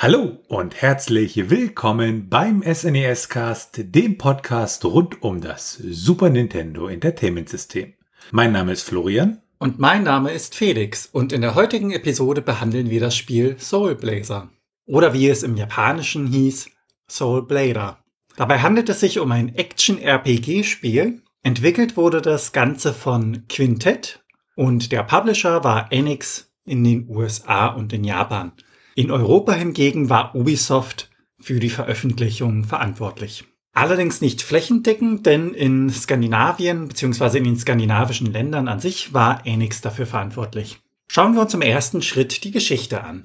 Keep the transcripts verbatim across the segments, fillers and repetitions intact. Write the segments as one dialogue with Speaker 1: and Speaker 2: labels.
Speaker 1: Hallo und herzlich willkommen beim S N E S-Cast, dem Podcast rund um das Super Nintendo Entertainment System. Mein Name ist Florian.
Speaker 2: Und mein Name ist Felix und in der heutigen Episode behandeln wir das Spiel Soul Blazer. Oder wie es im Japanischen hieß, Soul Blader. Dabei handelt es sich um ein Action-R P G-Spiel. Entwickelt wurde das Ganze von Quintet und der Publisher war Enix in den U S A und in Japan. In Europa hingegen war Ubisoft für die Veröffentlichung verantwortlich. Allerdings nicht flächendeckend, denn in Skandinavien bzw. in den skandinavischen Ländern an sich war Enix dafür verantwortlich. Schauen wir uns im ersten Schritt die Geschichte an.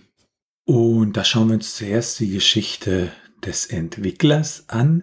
Speaker 1: Und da schauen wir uns zuerst die Geschichte des Entwicklers an,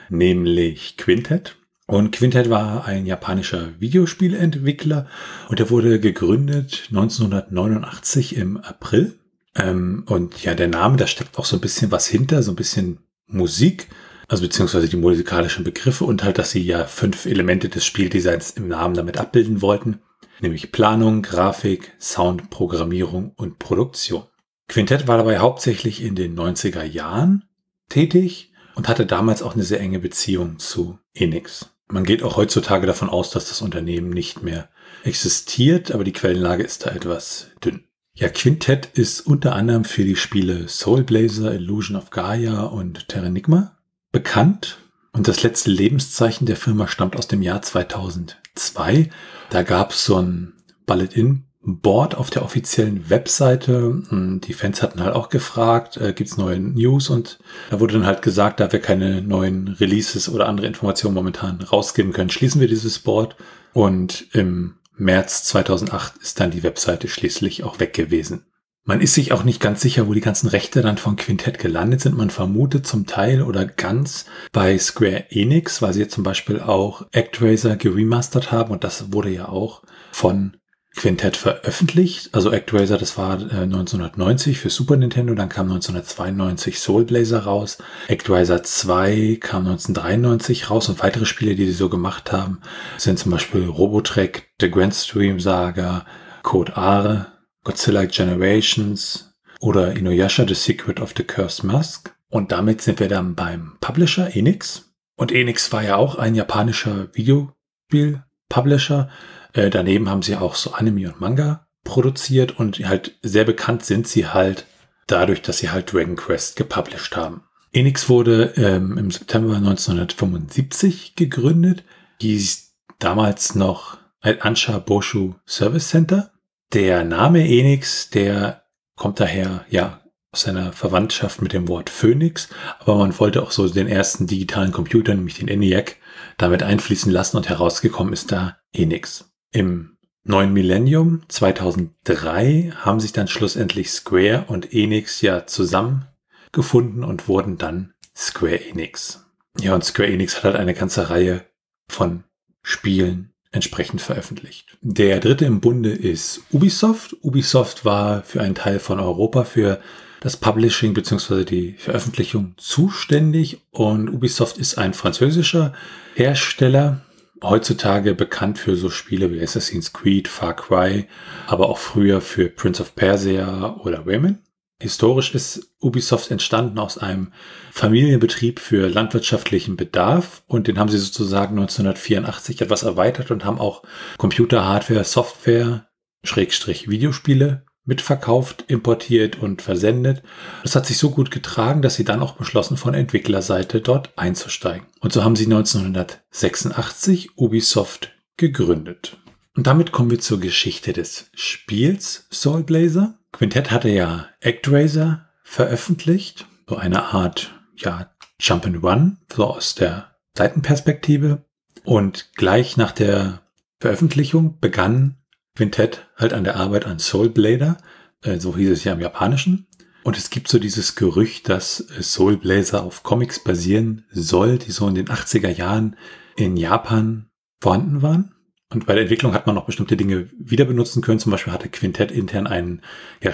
Speaker 1: nämlich Quintet. Und Quintet war ein japanischer Videospielentwickler und er wurde gegründet neunzehnhundertneunundachtzig im April. Ähm, und ja, der Name, da steckt auch so ein bisschen was hinter, so ein bisschen Musik, also beziehungsweise die musikalischen Begriffe und halt, dass sie ja fünf Elemente des Spieldesigns im Namen damit abbilden wollten, nämlich Planung, Grafik, Sound, Programmierung und Produktion. Quintet war dabei hauptsächlich in den neunziger Jahren tätig und hatte damals auch eine sehr enge Beziehung zu Enix. Man geht auch heutzutage davon aus, dass das Unternehmen nicht mehr existiert, aber die Quellenlage ist da etwas dünn. Ja, Quintet ist unter anderem für die Spiele Soul Blazer, Illusion of Gaia und Terranigma bekannt. Und das letzte Lebenszeichen der Firma stammt aus dem Jahr zweitausendzwei. Da gab es so ein Bulletin-Board auf der offiziellen Webseite. Die Fans hatten halt auch gefragt, äh, gibt es neue News? Und da wurde dann halt gesagt, da wir keine neuen Releases oder andere Informationen momentan rausgeben können, schließen wir dieses Board. Und im März zweitausendacht ist dann die Webseite schließlich auch weg gewesen. Man ist sich auch nicht ganz sicher, wo die ganzen Rechte dann von Quintet gelandet sind. Man vermutet zum Teil oder ganz bei Square Enix, weil sie jetzt zum Beispiel auch ActRaiser geremastert haben und das wurde ja auch von Quintet veröffentlicht. Also ActRaiser, das war äh, neunzehnhundertneunzig für Super Nintendo, dann kam neunzehnhundertzweiundneunzig Soul Blazer raus. ActRaiser zwei kam neunzehnhundertdreiundneunzig raus und weitere Spiele, die sie so gemacht haben, sind zum Beispiel Robotrek, The Grand Stream Saga, Code Are, Godzilla Generations oder Inuyasha The Secret of the Cursed Mask. Und damit sind wir dann beim Publisher Enix. Und Enix war ja auch ein japanischer Videospiel-Publisher. Äh, daneben haben sie auch so Anime und Manga produziert und halt sehr bekannt sind sie halt dadurch, dass sie halt Dragon Quest gepublished haben. Enix wurde ähm, im September neunzehnhundertfünfundsiebzig gegründet, hieß damals noch Ansha Boshu Service Center. Der Name Enix, der kommt daher ja aus seiner Verwandtschaft mit dem Wort Phoenix, aber man wollte auch so den ersten digitalen Computer, nämlich den ENIAC, damit einfließen lassen und herausgekommen ist da Enix. Im neuen Millennium zweitausenddrei haben sich dann schlussendlich Square und Enix ja zusammengefunden und wurden dann Square Enix. Ja, und Square Enix hat halt eine ganze Reihe von Spielen entsprechend veröffentlicht. Der dritte im Bunde ist Ubisoft. Ubisoft war für einen Teil von Europa für das Publishing bzw. die Veröffentlichung zuständig und Ubisoft ist ein französischer Hersteller, heutzutage bekannt für so Spiele wie Assassin's Creed, Far Cry, aber auch früher für Prince of Persia oder Rayman. Historisch ist Ubisoft entstanden aus einem Familienbetrieb für landwirtschaftlichen Bedarf und den haben sie sozusagen neunzehnhundertvierundachtzig etwas erweitert und haben auch Computer, Hardware, Software, Schrägstrich Videospiele mitverkauft, importiert und versendet. Das hat sich so gut getragen, dass sie dann auch beschlossen, von Entwicklerseite dort einzusteigen. Und so haben sie neunzehnhundertsechsundachtzig Ubisoft gegründet. Und damit kommen wir zur Geschichte des Spiels Soul Blazer. Quintet hatte ja ActRaiser veröffentlicht, so eine Art ja, Jump-and-Run, so aus der Seitenperspektive. Und gleich nach der Veröffentlichung begann Quintet halt an der Arbeit an Soul Blazer, äh, so hieß es ja im Japanischen. Und es gibt so dieses Gerücht, dass Soul Blazer auf Comics basieren soll, die so in den achtziger Jahren in Japan vorhanden waren. Und bei der Entwicklung hat man noch bestimmte Dinge wieder benutzen können. Zum Beispiel hatte Quintet intern einen ja,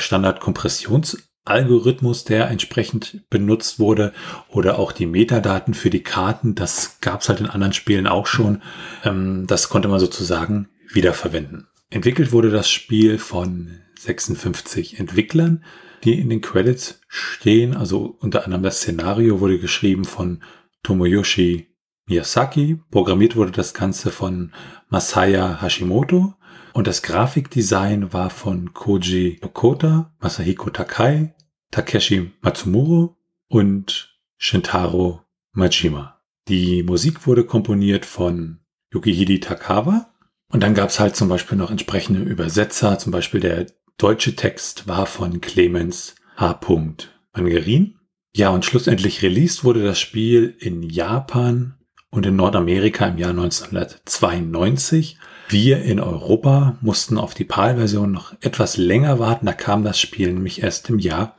Speaker 1: Standard-Kompressionsalgorithmus, der entsprechend benutzt wurde. Oder auch die Metadaten für die Karten. Das gab es halt in anderen Spielen auch schon. Ähm, das konnte man sozusagen wiederverwenden. Entwickelt wurde das Spiel von sechsundfünfzig Entwicklern. die in den Credits stehen. Also unter anderem das Szenario wurde geschrieben von Tomoyoshi Miyazaki. Programmiert wurde das Ganze von Masaya Hashimoto. Und das Grafikdesign war von Koji Yokota, Masahiko Takai, Takeshi Matsumuro und Shintaro Majima. Die Musik wurde komponiert von Yukihide Takawa. Und dann gab es halt zum Beispiel noch entsprechende Übersetzer. Zum Beispiel der deutsche Text war von Clemens H. Angerin. Ja, und schlussendlich released wurde das Spiel in Japan und in Nordamerika im Jahr neunzehnhundertzweiundneunzig. Wir in Europa mussten auf die PAL-Version noch etwas länger warten. Da kam das Spiel nämlich erst im Jahr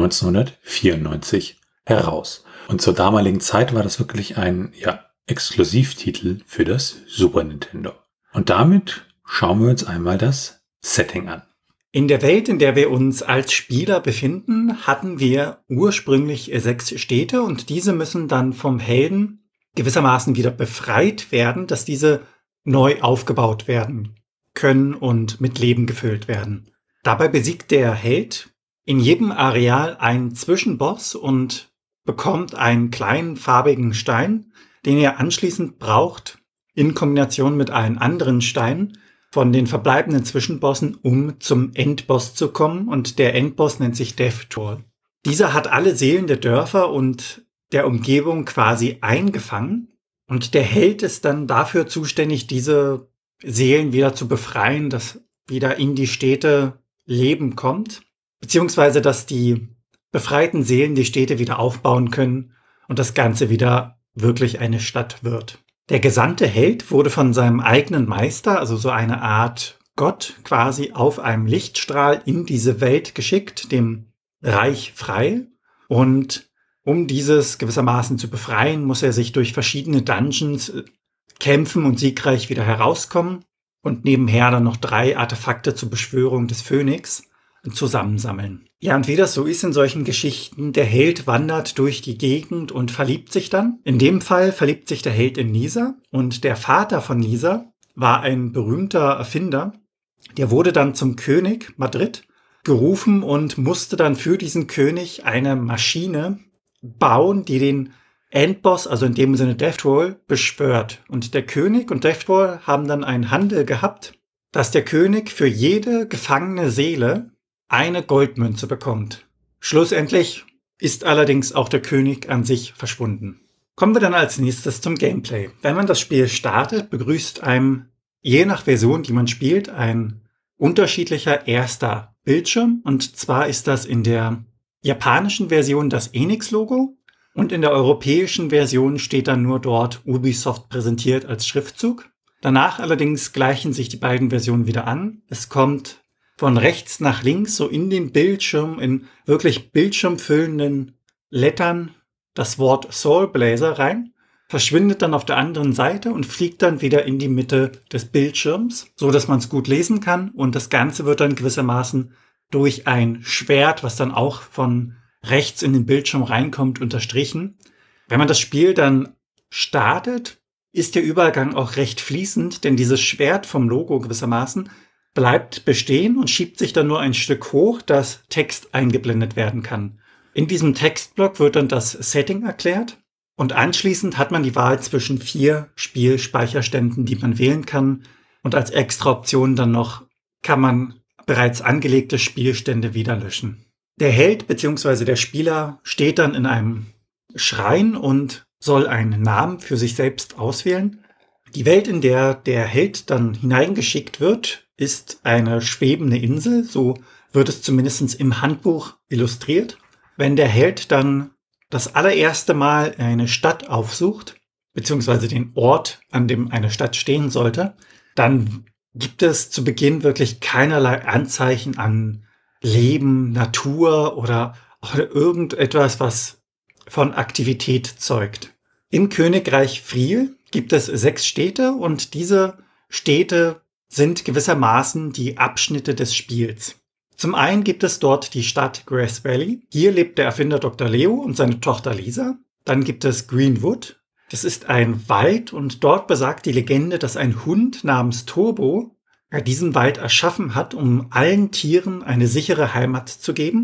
Speaker 1: neunzehnhundertvierundneunzig heraus. Und zur damaligen Zeit war das wirklich ein ja, Exklusivtitel für das Super Nintendo. Und damit schauen wir uns einmal das Setting an.
Speaker 2: In der Welt, in der wir uns als Spieler befinden, hatten wir ursprünglich sechs Städte und diese müssen dann vom Helden gewissermaßen wieder befreit werden, dass diese neu aufgebaut werden können und mit Leben gefüllt werden. Dabei besiegt der Held in jedem Areal einen Zwischenboss und bekommt einen kleinen farbigen Stein, den er anschließend braucht, in Kombination mit allen anderen Steinen von den verbleibenden Zwischenbossen, um zum Endboss zu kommen. Und der Endboss nennt sich Death Troll. Dieser hat alle Seelen der Dörfer und der Umgebung quasi eingefangen. Und der Held ist dann dafür zuständig, diese Seelen wieder zu befreien, dass wieder in die Städte Leben kommt. Beziehungsweise, dass die befreiten Seelen die Städte wieder aufbauen können und das Ganze wieder wirklich eine Stadt wird. Der gesandte Held wurde von seinem eigenen Meister, also so eine Art Gott, quasi auf einem Lichtstrahl in diese Welt geschickt, dem Reich Frei. Und um dieses gewissermaßen zu befreien, muss er sich durch verschiedene Dungeons kämpfen und siegreich wieder herauskommen und nebenher dann noch drei Artefakte zur Beschwörung des Phönix zusammensammeln. Ja, und wie das so ist in solchen Geschichten, der Held wandert durch die Gegend und verliebt sich dann. In dem Fall verliebt sich der Held in Lisa und der Vater von Lisa war ein berühmter Erfinder. Der wurde dann zum König Madrid gerufen und musste dann für diesen König eine Maschine bauen, die den Endboss, also in dem Sinne Death Troll, beschwört. Und der König und Death Troll haben dann einen Handel gehabt, dass der König für jede gefangene Seele eine Goldmünze bekommt. Schlussendlich ist allerdings auch der König an sich verschwunden. Kommen wir dann als nächstes zum Gameplay. Wenn man das Spiel startet, begrüßt einem, je nach Version, die man spielt, ein unterschiedlicher erster Bildschirm. Und zwar ist das in der japanischen Version das Enix-Logo und in der europäischen Version steht dann nur dort Ubisoft präsentiert als Schriftzug. Danach allerdings gleichen sich die beiden Versionen wieder an. Es kommt von rechts nach links, so in den Bildschirm, in wirklich bildschirmfüllenden Lettern das Wort Soul Blazer rein, verschwindet dann auf der anderen Seite und fliegt dann wieder in die Mitte des Bildschirms, so dass man es gut lesen kann. Und das Ganze wird dann gewissermaßen durch ein Schwert, was dann auch von rechts in den Bildschirm reinkommt, unterstrichen. Wenn man das Spiel dann startet, ist der Übergang auch recht fließend, denn dieses Schwert vom Logo gewissermaßen bleibt bestehen und schiebt sich dann nur ein Stück hoch, dass Text eingeblendet werden kann. In diesem Textblock wird dann das Setting erklärt und anschließend hat man die Wahl zwischen vier Spielspeicherständen, die man wählen kann, und als extra Option dann noch kann man bereits angelegte Spielstände wieder löschen. Der Held bzw. der Spieler steht dann in einem Schrein und soll einen Namen für sich selbst auswählen. Die Welt, in der der Held dann hineingeschickt wird, ist eine schwebende Insel, so wird es zumindest im Handbuch illustriert. Wenn der Held dann das allererste Mal eine Stadt aufsucht, beziehungsweise den Ort, an dem eine Stadt stehen sollte, dann gibt es zu Beginn wirklich keinerlei Anzeichen an Leben, Natur oder irgendetwas, was von Aktivität zeugt. Im Königreich Friel gibt es sechs Städte und diese Städte sind gewissermaßen die Abschnitte des Spiels. Zum einen gibt es dort die Stadt Grass Valley. Hier lebt der Erfinder Doktor Leo und seine Tochter Lisa. Dann gibt es Greenwood. Das ist ein Wald und dort besagt die Legende, dass ein Hund namens Turbo diesen Wald erschaffen hat, um allen Tieren eine sichere Heimat zu geben.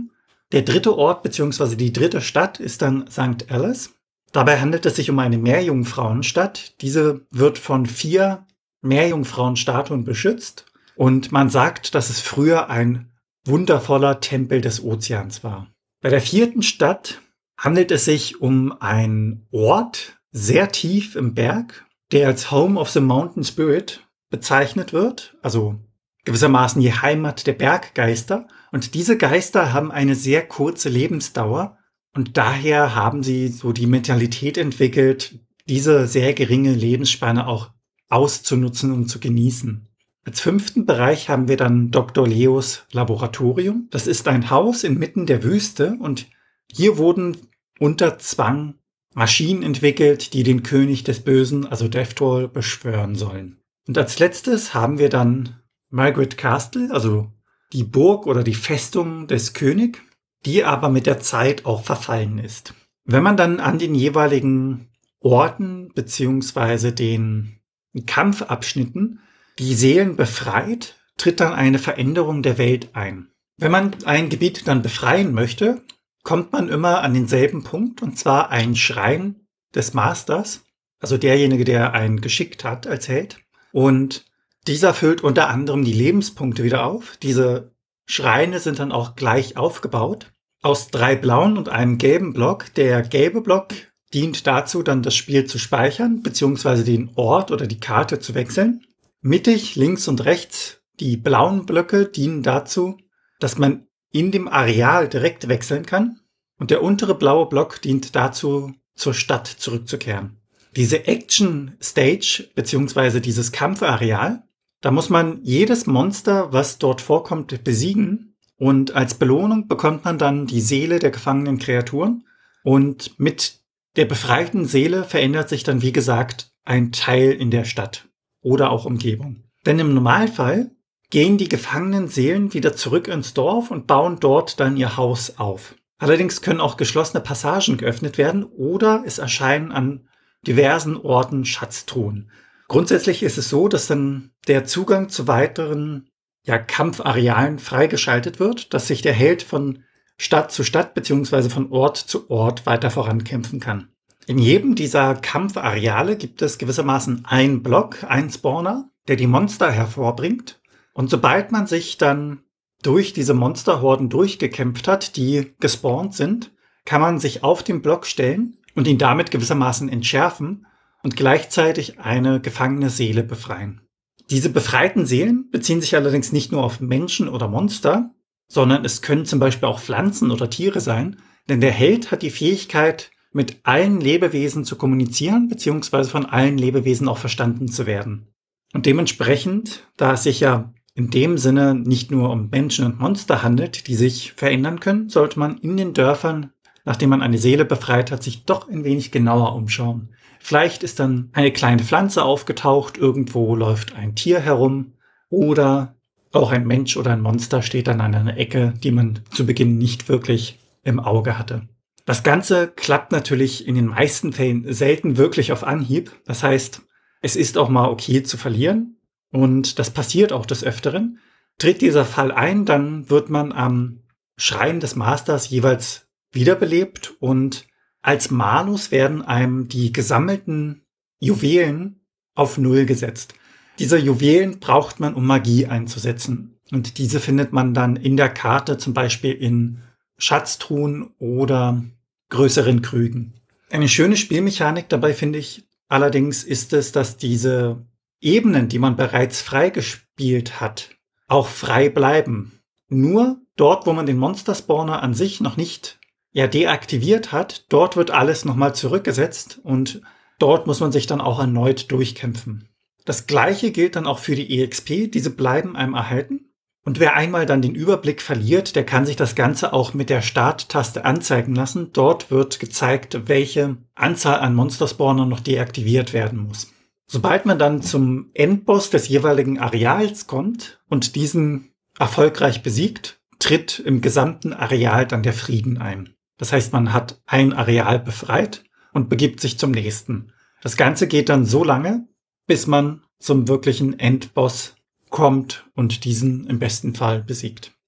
Speaker 2: Der dritte Ort bzw. die dritte Stadt ist dann Sankt Alice. Dabei handelt es sich um eine Meerjungfrauenstadt. Diese wird von vier Meerjungfrauenstatuen beschützt und man sagt, dass es früher ein wundervoller Tempel des Ozeans war. Bei der vierten Stadt handelt es sich um einen Ort sehr tief im Berg, der als Home of the Mountain Spirit bezeichnet wird, also gewissermaßen die Heimat der Berggeister. Und diese Geister haben eine sehr kurze Lebensdauer und daher haben sie so die Mentalität entwickelt, diese sehr geringe Lebensspanne auch auszunutzen und zu genießen. Als fünften Bereich haben wir dann Doktor Leos Laboratorium. Das ist ein Haus inmitten der Wüste und hier wurden unter Zwang Maschinen entwickelt, die den König des Bösen, also Deathtroll, beschwören sollen. Und als letztes haben wir dann Margaret Castle, also die Burg oder die Festung des Königs, die aber mit der Zeit auch verfallen ist. Wenn man dann an den jeweiligen Orten beziehungsweise den Kampfabschnitten die Seelen befreit, tritt dann eine Veränderung der Welt ein. Wenn man ein Gebiet dann befreien möchte, kommt man immer an denselben Punkt, und zwar ein Schrein des Masters, also derjenige, der einen geschickt hat als Held. Und dieser füllt unter anderem die Lebenspunkte wieder auf. Diese Schreine sind dann auch gleich aufgebaut, aus drei blauen und einem gelben Block. Der gelbe Block dient dazu, dann das Spiel zu speichern, beziehungsweise den Ort oder die Karte zu wechseln. Mittig, links und rechts, die blauen Blöcke dienen dazu, dass man in dem Areal direkt wechseln kann. Und der untere blaue Block dient dazu, zur Stadt zurückzukehren. Diese Action Stage, beziehungsweise dieses Kampfareal, da muss man jedes Monster, was dort vorkommt, besiegen. Und als Belohnung bekommt man dann die Seele der gefangenen Kreaturen. Und mit der befreiten Seele verändert sich dann, wie gesagt, ein Teil in der Stadt oder auch Umgebung. Denn im Normalfall gehen die gefangenen Seelen wieder zurück ins Dorf und bauen dort dann ihr Haus auf. Allerdings können auch geschlossene Passagen geöffnet werden oder es erscheinen an diversen Orten Schatztruhen. Grundsätzlich ist es so, dass dann der Zugang zu weiteren ja, Kampfarealen freigeschaltet wird, dass sich der Held von Stadt zu Stadt bzw. von Ort zu Ort weiter vorankämpfen kann. In jedem dieser Kampfareale gibt es gewissermaßen einen Block, einen Spawner, der die Monster hervorbringt. Und sobald man sich dann durch diese Monsterhorden durchgekämpft hat, die gespawnt sind, kann man sich auf den Block stellen und ihn damit gewissermaßen entschärfen und gleichzeitig eine gefangene Seele befreien. Diese befreiten Seelen beziehen sich allerdings nicht nur auf Menschen oder Monster, sondern es können zum Beispiel auch Pflanzen oder Tiere sein, denn der Held hat die Fähigkeit, mit allen Lebewesen zu kommunizieren, beziehungsweise von allen Lebewesen auch verstanden zu werden. Und dementsprechend, da es sich ja in dem Sinne nicht nur um Menschen und Monster handelt, die sich verändern können, sollte man in den Dörfern, nachdem man eine Seele befreit hat, sich doch ein wenig genauer umschauen. Vielleicht ist dann eine kleine Pflanze aufgetaucht, irgendwo läuft ein Tier herum oder auch ein Mensch oder ein Monster steht dann an einer Ecke, die man zu Beginn nicht wirklich im Auge hatte. Das Ganze klappt natürlich in den meisten Fällen selten wirklich auf Anhieb. Das heißt, es ist auch mal okay zu verlieren und das passiert auch des Öfteren. Tritt dieser Fall ein, dann wird man am Schrein des Masters jeweils wiederbelebt und als Malus werden einem die gesammelten Juwelen auf Null gesetzt. Diese Juwelen braucht man, um Magie einzusetzen. Und diese findet man dann in der Karte, zum Beispiel in Schatztruhen oder größeren Krügen. Eine schöne Spielmechanik dabei finde ich allerdings ist es, dass diese Ebenen, die man bereits freigespielt hat, auch frei bleiben. Nur dort, wo man den Monster-Spawner an sich noch nicht ja, deaktiviert hat, dort wird alles nochmal zurückgesetzt und dort muss man sich dann auch erneut durchkämpfen. Das gleiche gilt dann auch für die E X P, diese bleiben einem erhalten. Und wer einmal dann den Überblick verliert, der kann sich das Ganze auch mit der Starttaste anzeigen lassen. Dort wird gezeigt, welche Anzahl an Monster-Spawnern noch deaktiviert werden muss. Sobald man dann zum Endboss des jeweiligen Areals kommt und diesen erfolgreich besiegt, tritt im gesamten Areal dann der Frieden ein. Das heißt, man hat ein Areal befreit und begibt sich zum nächsten. Das Ganze geht dann so lange, bis man zum wirklichen Endboss kommt und diesen im besten Fall besiegt.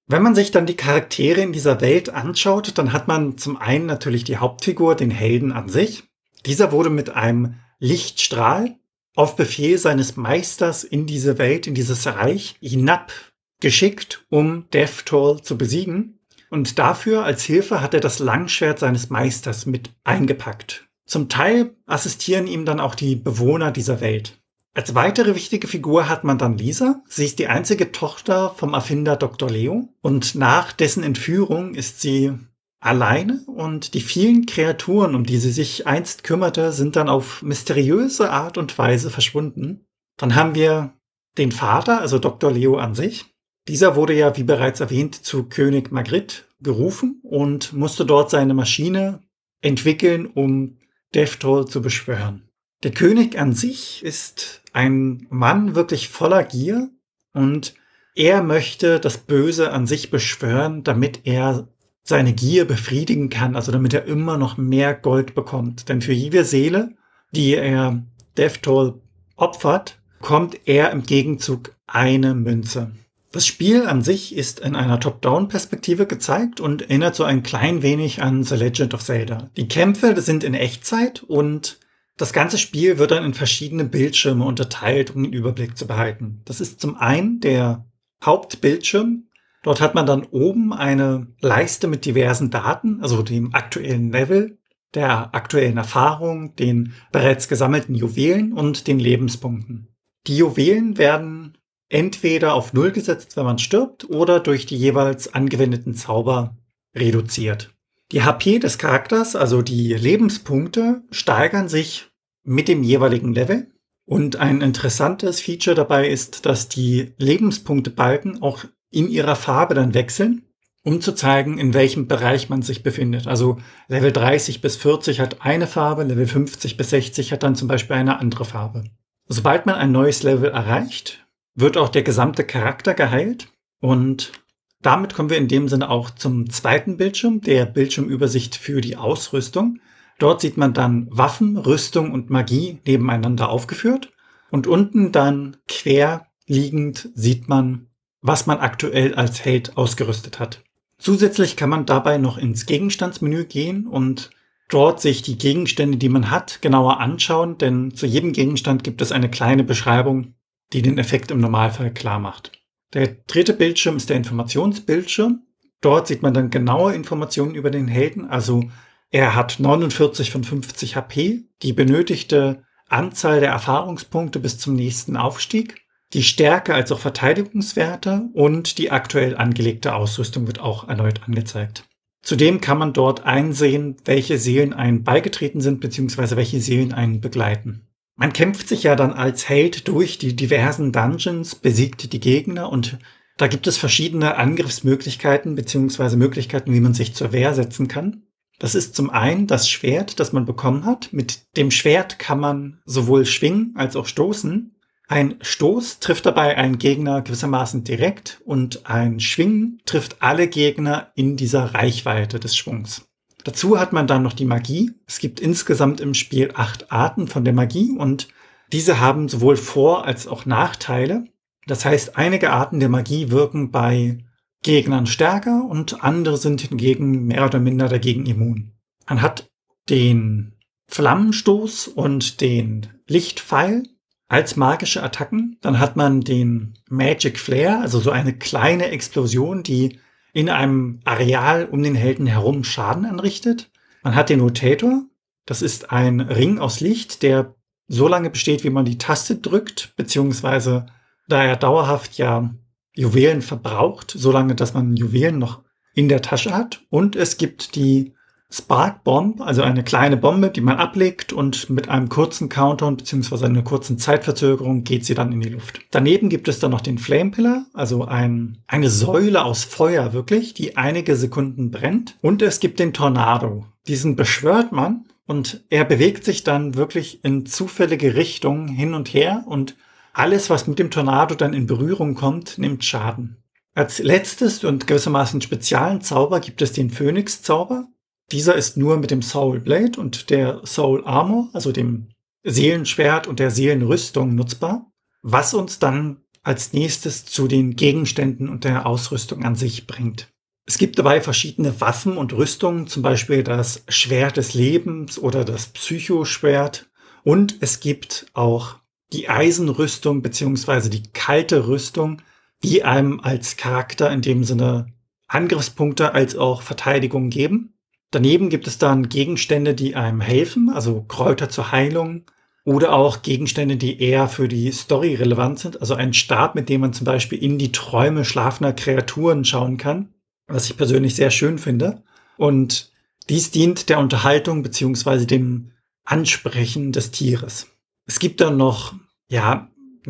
Speaker 2: Wenn man sich dann die Charaktere in dieser Welt anschaut, dann hat man zum einen natürlich die Hauptfigur, den Helden an sich. Dieser wurde mit einem Lichtstrahl auf Befehl seines Meisters in diese Welt, in dieses Reich hinabgeschickt, um Death Toll zu besiegen. Und dafür als Hilfe hat er das Langschwert seines Meisters mit eingepackt. Zum Teil assistieren ihm dann auch die Bewohner dieser Welt. Als weitere wichtige Figur hat man dann Lisa. Sie ist die einzige Tochter vom Erfinder Doktor Leo. Und nach dessen Entführung ist sie alleine und die vielen Kreaturen, um die sie sich einst kümmerte, sind dann auf mysteriöse Art und Weise verschwunden. Dann haben wir den Vater, also Doktor Leo an sich. Dieser wurde ja, wie bereits erwähnt, zu König Magritte gerufen und musste dort seine Maschine entwickeln, um Death Toll zu beschwören. Der König an sich ist ein Mann wirklich voller Gier und er möchte das Böse an sich beschwören, damit er seine Gier befriedigen kann, also damit er immer noch mehr Gold bekommt. Denn für jede Seele, die er Death Toll opfert, bekommt er im Gegenzug eine Münze. Das Spiel an sich ist in einer Top-Down-Perspektive gezeigt und erinnert so ein klein wenig an The Legend of Zelda. Die Kämpfe sind in Echtzeit und das ganze Spiel wird dann in verschiedene Bildschirme unterteilt, um den Überblick zu behalten. Das ist zum einen der Hauptbildschirm. Dort hat man dann oben eine Leiste mit diversen Daten, also dem aktuellen Level, der aktuellen Erfahrung, den bereits gesammelten Juwelen und den Lebenspunkten. Die Juwelen werden entweder auf Null gesetzt, wenn man stirbt, oder durch die jeweils angewendeten Zauber reduziert. Die H P des Charakters, also die Lebenspunkte, steigern sich mit dem jeweiligen Level. Und ein interessantes Feature dabei ist, dass die Lebenspunktebalken auch in ihrer Farbe dann wechseln, um zu zeigen, in welchem Bereich man sich befindet. Also Level dreißig bis vierzig hat eine Farbe, Level fünfzig bis sechzig hat dann zum Beispiel eine andere Farbe. Sobald man ein neues Level erreicht, wird auch der gesamte Charakter geheilt und damit kommen wir in dem Sinne auch zum zweiten Bildschirm, der Bildschirmübersicht für die Ausrüstung. Dort sieht man dann Waffen, Rüstung und Magie nebeneinander aufgeführt und unten dann quer liegend sieht man, was man aktuell als Held ausgerüstet hat. Zusätzlich kann man dabei noch ins Gegenstandsmenü gehen und dort sich die Gegenstände, die man hat, genauer anschauen, denn zu jedem Gegenstand gibt es eine kleine Beschreibung, die den Effekt im Normalfall klar macht. Der dritte Bildschirm ist der Informationsbildschirm. Dort sieht man dann genaue Informationen über den Helden. Also er hat neunundvierzig von fünfzig H P, die benötigte Anzahl der Erfahrungspunkte bis zum nächsten Aufstieg, die Stärke als auch Verteidigungswerte und die aktuell angelegte Ausrüstung wird auch erneut angezeigt. Zudem kann man dort einsehen, welche Seelen einen beigetreten sind bzw. welche Seelen einen begleiten. Man kämpft sich ja dann als Held durch die diversen Dungeons, besiegt die Gegner und da gibt es verschiedene Angriffsmöglichkeiten bzw. Möglichkeiten, wie man sich zur Wehr setzen kann. Das ist zum einen das Schwert, das man bekommen hat. Mit dem Schwert kann man sowohl schwingen als auch stoßen. Ein Stoß trifft dabei einen Gegner gewissermaßen direkt und ein Schwingen trifft alle Gegner in dieser Reichweite des Schwungs. Dazu hat man dann noch die Magie. Es gibt insgesamt im Spiel acht Arten von der Magie und diese haben sowohl Vor- als auch Nachteile. Das heißt, einige Arten der Magie wirken bei Gegnern stärker und andere sind hingegen mehr oder minder dagegen immun. Man hat den Flammenstoß und den Lichtpfeil als magische Attacken. Dann hat man den Magic Flare, also so eine kleine Explosion, die in einem Areal um den Helden herum Schaden anrichtet. Man hat den Rotator. Das ist ein Ring aus Licht, der so lange besteht, wie man die Taste drückt, beziehungsweise da er dauerhaft ja Juwelen verbraucht, solange dass man Juwelen noch in der Tasche hat. Und es gibt die Spark Bomb, also eine kleine Bombe, die man ablegt und mit einem kurzen Countdown bzw. einer kurzen Zeitverzögerung geht sie dann in die Luft. Daneben gibt es dann noch den Flame Pillar, also ein, eine Säule aus Feuer wirklich, die einige Sekunden brennt. Und es gibt den Tornado. Diesen beschwört man und er bewegt sich dann wirklich in zufällige Richtungen hin und her und alles, was mit dem Tornado dann in Berührung kommt, nimmt Schaden. Als letztes und gewissermaßen speziellen Zauber gibt es den Phönix-Zauber. Dieser ist nur mit dem Soul Blade und der Soul Armor, also dem Seelenschwert und der Seelenrüstung nutzbar, was uns dann als nächstes zu den Gegenständen und der Ausrüstung an sich bringt. Es gibt dabei verschiedene Waffen und Rüstungen, zum Beispiel das Schwert des Lebens oder das Psychoschwert. Und es gibt auch die Eisenrüstung bzw. die kalte Rüstung, die einem als Charakter in dem Sinne Angriffspunkte als auch Verteidigung geben. Daneben gibt es dann Gegenstände, die einem helfen, also Kräuter zur Heilung oder auch Gegenstände, die eher für die Story relevant sind, also ein Stab, mit dem man zum Beispiel in die Träume schlafender Kreaturen schauen kann, was ich persönlich sehr schön finde. Und dies dient der Unterhaltung bzw. dem Ansprechen des Tieres. Es gibt dann noch, ja,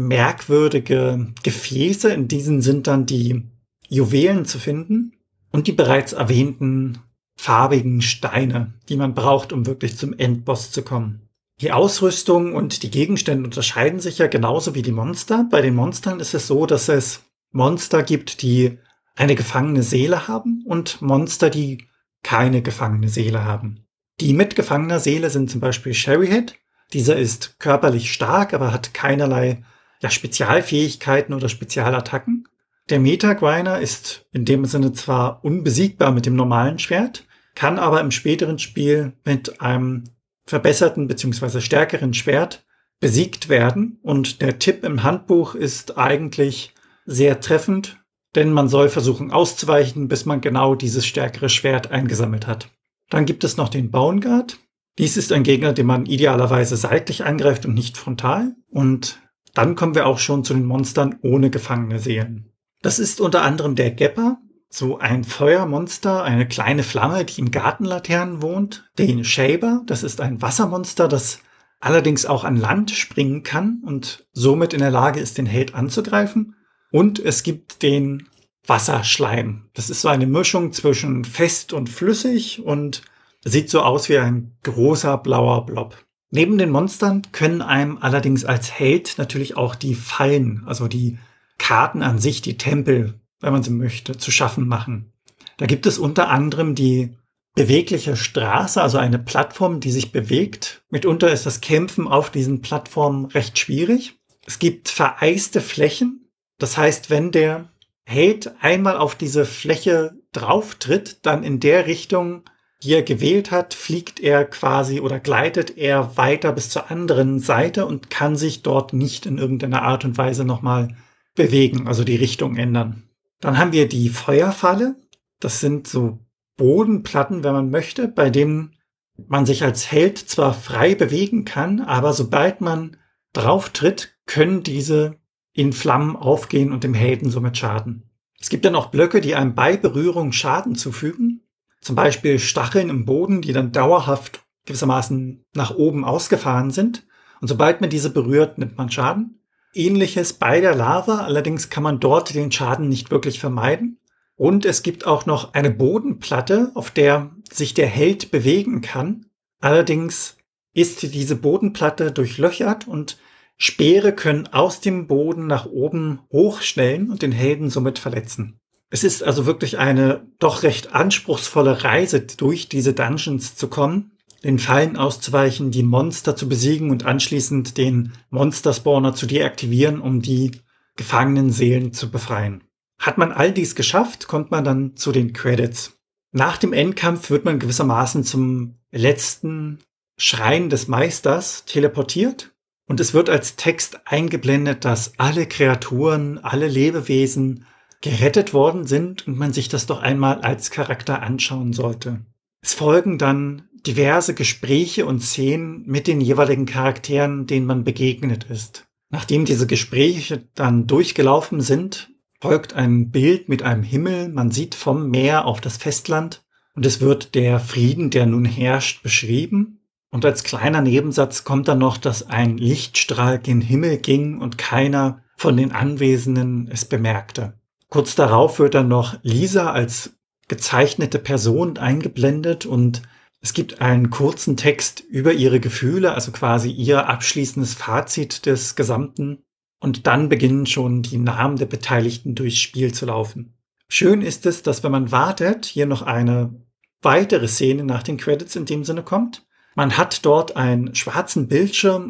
Speaker 2: merkwürdige Gefäße. In diesen sind dann die Juwelen zu finden und die bereits erwähnten farbigen Steine, die man braucht, um wirklich zum Endboss zu kommen. Die Ausrüstung und die Gegenstände unterscheiden sich ja genauso wie die Monster. Bei den Monstern ist es so, dass es Monster gibt, die eine gefangene Seele haben und Monster, die keine gefangene Seele haben. Die mit gefangener Seele sind zum Beispiel Sherryhead. Dieser ist körperlich stark, aber hat keinerlei ja, Spezialfähigkeiten oder Spezialattacken. Der Meta-Griner ist in dem Sinne zwar unbesiegbar mit dem normalen Schwert, kann aber im späteren Spiel mit einem verbesserten bzw. stärkeren Schwert besiegt werden. Und der Tipp im Handbuch ist eigentlich sehr treffend, denn man soll versuchen auszuweichen, bis man genau dieses stärkere Schwert eingesammelt hat. Dann gibt es noch den Bone Guard. Dies ist ein Gegner, den man idealerweise seitlich angreift und nicht frontal. Und dann kommen wir auch schon zu den Monstern ohne gefangene Seelen. Das ist unter anderem der Gepper, so ein Feuermonster, eine kleine Flamme, die in Gartenlaternen wohnt. Den Shaber, das ist ein Wassermonster, das allerdings auch an Land springen kann und somit in der Lage ist, den Held anzugreifen. Und es gibt den Wasserschleim. Das ist so eine Mischung zwischen fest und flüssig und sieht so aus wie ein großer blauer Blob. Neben den Monstern können einem allerdings als Held natürlich auch die Fallen, also die Karten an sich, die Tempel, wenn man sie möchte, zu schaffen machen. Da gibt es unter anderem die bewegliche Straße, also eine Plattform, die sich bewegt. Mitunter ist das Kämpfen auf diesen Plattformen recht schwierig. Es gibt vereiste Flächen. Das heißt, wenn der Held einmal auf diese Fläche drauftritt, dann in der Richtung, die er gewählt hat, fliegt er quasi oder gleitet er weiter bis zur anderen Seite und kann sich dort nicht in irgendeiner Art und Weise nochmal bewegen, also die Richtung ändern. Dann haben wir die Feuerfalle. Das sind so Bodenplatten, wenn man möchte, bei denen man sich als Held zwar frei bewegen kann, aber sobald man drauf tritt, können diese in Flammen aufgehen und dem Helden somit schaden. Es gibt dann auch Blöcke, die einem bei Berührung Schaden zufügen. Zum Beispiel Stacheln im Boden, die dann dauerhaft gewissermaßen nach oben ausgefahren sind. Und sobald man diese berührt, nimmt man Schaden. Ähnliches bei der Lava, allerdings kann man dort den Schaden nicht wirklich vermeiden. Und es gibt auch noch eine Bodenplatte, auf der sich der Held bewegen kann. Allerdings ist diese Bodenplatte durchlöchert und Speere können aus dem Boden nach oben hochschnellen und den Helden somit verletzen. Es ist also wirklich eine doch recht anspruchsvolle Reise, durch diese Dungeons zu kommen, den Fallen auszuweichen, die Monster zu besiegen und anschließend den Monster-Spawner zu deaktivieren, um die gefangenen Seelen zu befreien. Hat man all dies geschafft, kommt man dann zu den Credits. Nach dem Endkampf wird man gewissermaßen zum letzten Schrein des Meisters teleportiert und es wird als Text eingeblendet, dass alle Kreaturen, alle Lebewesen gerettet worden sind und man sich das doch einmal als Charakter anschauen sollte. Es folgen dann diverse Gespräche und Szenen mit den jeweiligen Charakteren, denen man begegnet ist. Nachdem diese Gespräche dann durchgelaufen sind, folgt ein Bild mit einem Himmel, man sieht vom Meer auf das Festland und es wird der Frieden, der nun herrscht, beschrieben. Und als kleiner Nebensatz kommt dann noch, dass ein Lichtstrahl gen Himmel ging und keiner von den Anwesenden es bemerkte. Kurz darauf wird dann noch Lisa als gezeichnete Person eingeblendet und es gibt einen kurzen Text über ihre Gefühle, also quasi ihr abschließendes Fazit des Gesamten. Und dann beginnen schon die Namen der Beteiligten durchs Spiel zu laufen. Schön ist es, dass wenn man wartet, hier noch eine weitere Szene nach den Credits in dem Sinne kommt. Man hat dort einen schwarzen Bildschirm und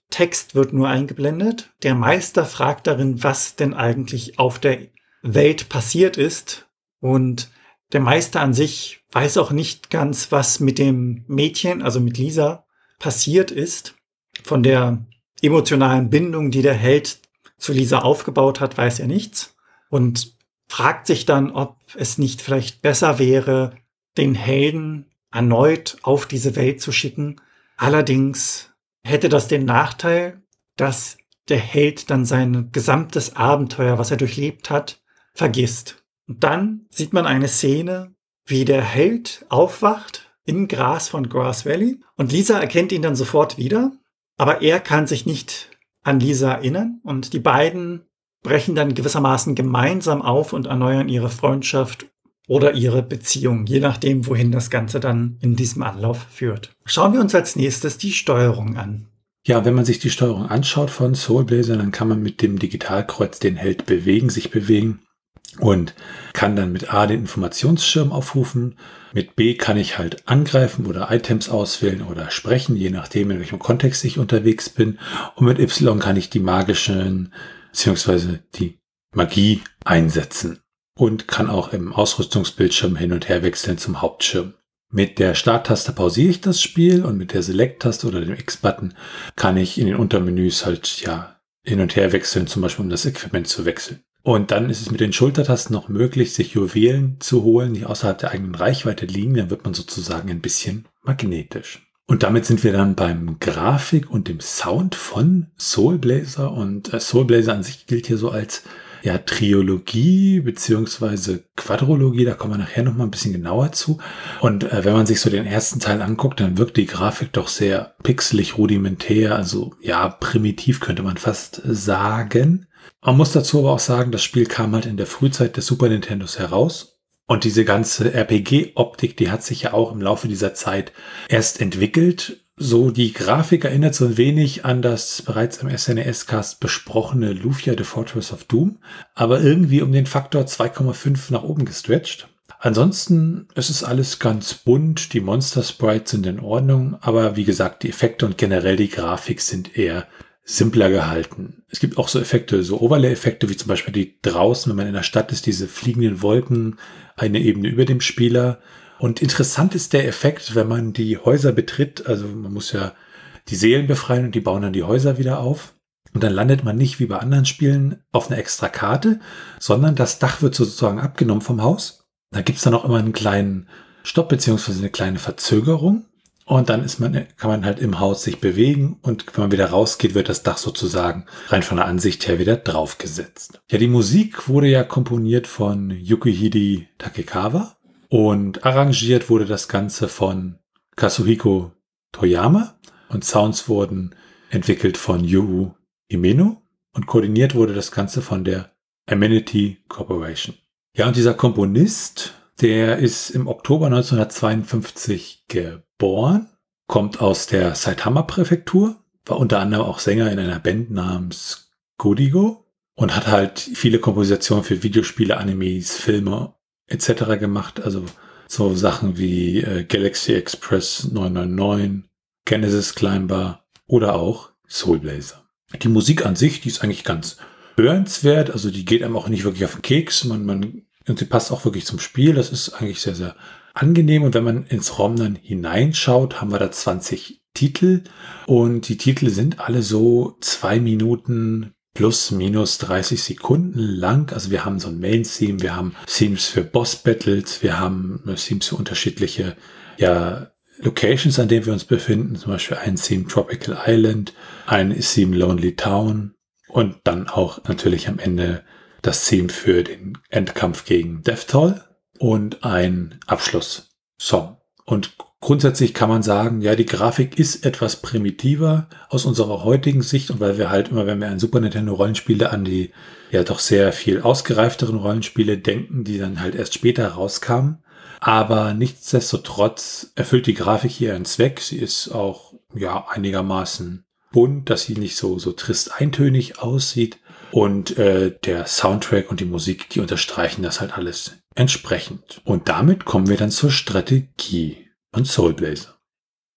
Speaker 2: Text wird nur eingeblendet. Der Meister fragt darin, was denn eigentlich auf der Welt passiert ist. Und der Meister an sich weiß auch nicht ganz, was mit dem Mädchen, also mit Lisa, passiert ist. Von der emotionalen Bindung, die der Held zu Lisa aufgebaut hat, weiß er nichts. Und fragt sich dann, ob es nicht vielleicht besser wäre, den Helden erneut auf diese Welt zu schicken. Allerdings hätte das den Nachteil, dass der Held dann sein gesamtes Abenteuer, was er durchlebt hat, vergisst. Und dann sieht man eine Szene, wie der Held aufwacht im Gras von Grass Valley. Und Lisa erkennt ihn dann sofort wieder, aber er kann sich nicht an Lisa erinnern. Und die beiden brechen dann gewissermaßen gemeinsam auf und erneuern ihre Freundschaft oder ihre Beziehung, je nachdem, wohin das Ganze dann in diesem Anlauf führt. Schauen wir uns als nächstes die Steuerung an.
Speaker 1: Ja, wenn man sich die Steuerung anschaut von Soul Blazer, dann kann man mit dem Digitalkreuz den Held bewegen, sich bewegen und kann dann mit A den Informationsschirm aufrufen. Mit B kann ich halt angreifen oder Items auswählen oder sprechen, je nachdem, in welchem Kontext ich unterwegs bin. Und mit Y kann ich die magischen beziehungsweise die Magie einsetzen und kann auch im Ausrüstungsbildschirm hin und her wechseln zum Hauptschirm. Mit der Starttaste pausiere ich das Spiel und mit der Select-Taste oder dem X-Button kann ich in den Untermenüs halt ja hin und her wechseln, zum Beispiel um das Equipment zu wechseln. Und dann ist es mit den Schultertasten noch möglich, sich Juwelen zu holen, die außerhalb der eigenen Reichweite liegen. Dann wird man sozusagen ein bisschen magnetisch. Und damit sind wir dann beim Grafik und dem Sound von Soul Blazer. Und äh, Soul Blazer an sich gilt hier so als ja, Trilogie beziehungsweise Quadrologie, da kommen wir nachher nochmal ein bisschen genauer zu. Und äh, wenn man sich so den ersten Teil anguckt, dann wirkt die Grafik doch sehr pixelig, rudimentär, also ja, primitiv könnte man fast sagen. Man muss dazu aber auch sagen, das Spiel kam halt in der Frühzeit des Super Nintendos heraus. Und diese ganze R P G-Optik, die hat sich ja auch im Laufe dieser Zeit erst entwickelt. So, die Grafik erinnert so ein wenig an das bereits im S N E S-Cast besprochene Lufia The Fortress of Doom, aber irgendwie um den Faktor zwei Komma fünf nach oben gestretcht. Ansonsten ist es alles ganz bunt, die Monster-Sprites sind in Ordnung, aber wie gesagt, die Effekte und generell die Grafik sind eher simpler gehalten. Es gibt auch so Effekte, so Overlay-Effekte, wie zum Beispiel die draußen, wenn man in der Stadt ist, diese fliegenden Wolken, eine Ebene über dem Spieler. Und interessant ist der Effekt, wenn man die Häuser betritt, also man muss ja die Seelen befreien und die bauen dann die Häuser wieder auf. Und dann landet man nicht wie bei anderen Spielen auf einer extra Karte, sondern das Dach wird sozusagen abgenommen vom Haus. Da gibt's dann auch immer einen kleinen Stopp beziehungsweise eine kleine Verzögerung. Und dann ist man, kann man halt im Haus sich bewegen und wenn man wieder rausgeht, wird das Dach sozusagen rein von der Ansicht her wieder draufgesetzt. Ja, die Musik wurde ja komponiert von Yukihide Takekawa. Und arrangiert wurde das Ganze von Kazuhiko Toyama und Sounds wurden entwickelt von Yu Himeno und koordiniert wurde das Ganze von der Amenity Corporation. Ja, und dieser Komponist, der ist im Oktober neunzehnhundertzweiundfünfzig geboren, kommt aus der Saitama-Präfektur, war unter anderem auch Sänger in einer Band namens Godigo und hat halt viele Kompositionen für Videospiele, Animes, Filme et cetera gemacht, also so Sachen wie äh, Galaxy Express neun neun neun, Genesis Climber oder auch Soul Blazer. Die Musik an sich, die ist eigentlich ganz hörenswert, also die geht einem auch nicht wirklich auf den Keks, man, man, und sie passt auch wirklich zum Spiel, das ist eigentlich sehr, sehr angenehm und wenn man ins ROM dann hineinschaut, haben wir da zwanzig Titel und die Titel sind alle so zwei Minuten plus minus dreißig Sekunden lang. Also wir haben so ein Main-Theme, wir haben Themes für Boss-Battles, wir haben Themes für unterschiedliche ja, Locations, an denen wir uns befinden. Zum Beispiel ein Theme Tropical Island, ein Theme Lonely Town und dann auch natürlich am Ende das Theme für den Endkampf gegen Deathtoll und ein Abschlusssong. Und grundsätzlich kann man sagen, ja, die Grafik ist etwas primitiver aus unserer heutigen Sicht und weil wir halt immer, wenn wir an Super Nintendo Rollenspiele an die ja doch sehr viel ausgereifteren Rollenspiele denken, die dann halt erst später rauskamen. Aber nichtsdestotrotz erfüllt die Grafik hier einen Zweck. Sie ist auch ja einigermaßen bunt, dass sie nicht so so trist eintönig aussieht. Und äh, der Soundtrack und die Musik, die unterstreichen das halt alles entsprechend. Und damit kommen wir dann zur Strategie von Soul Blazer.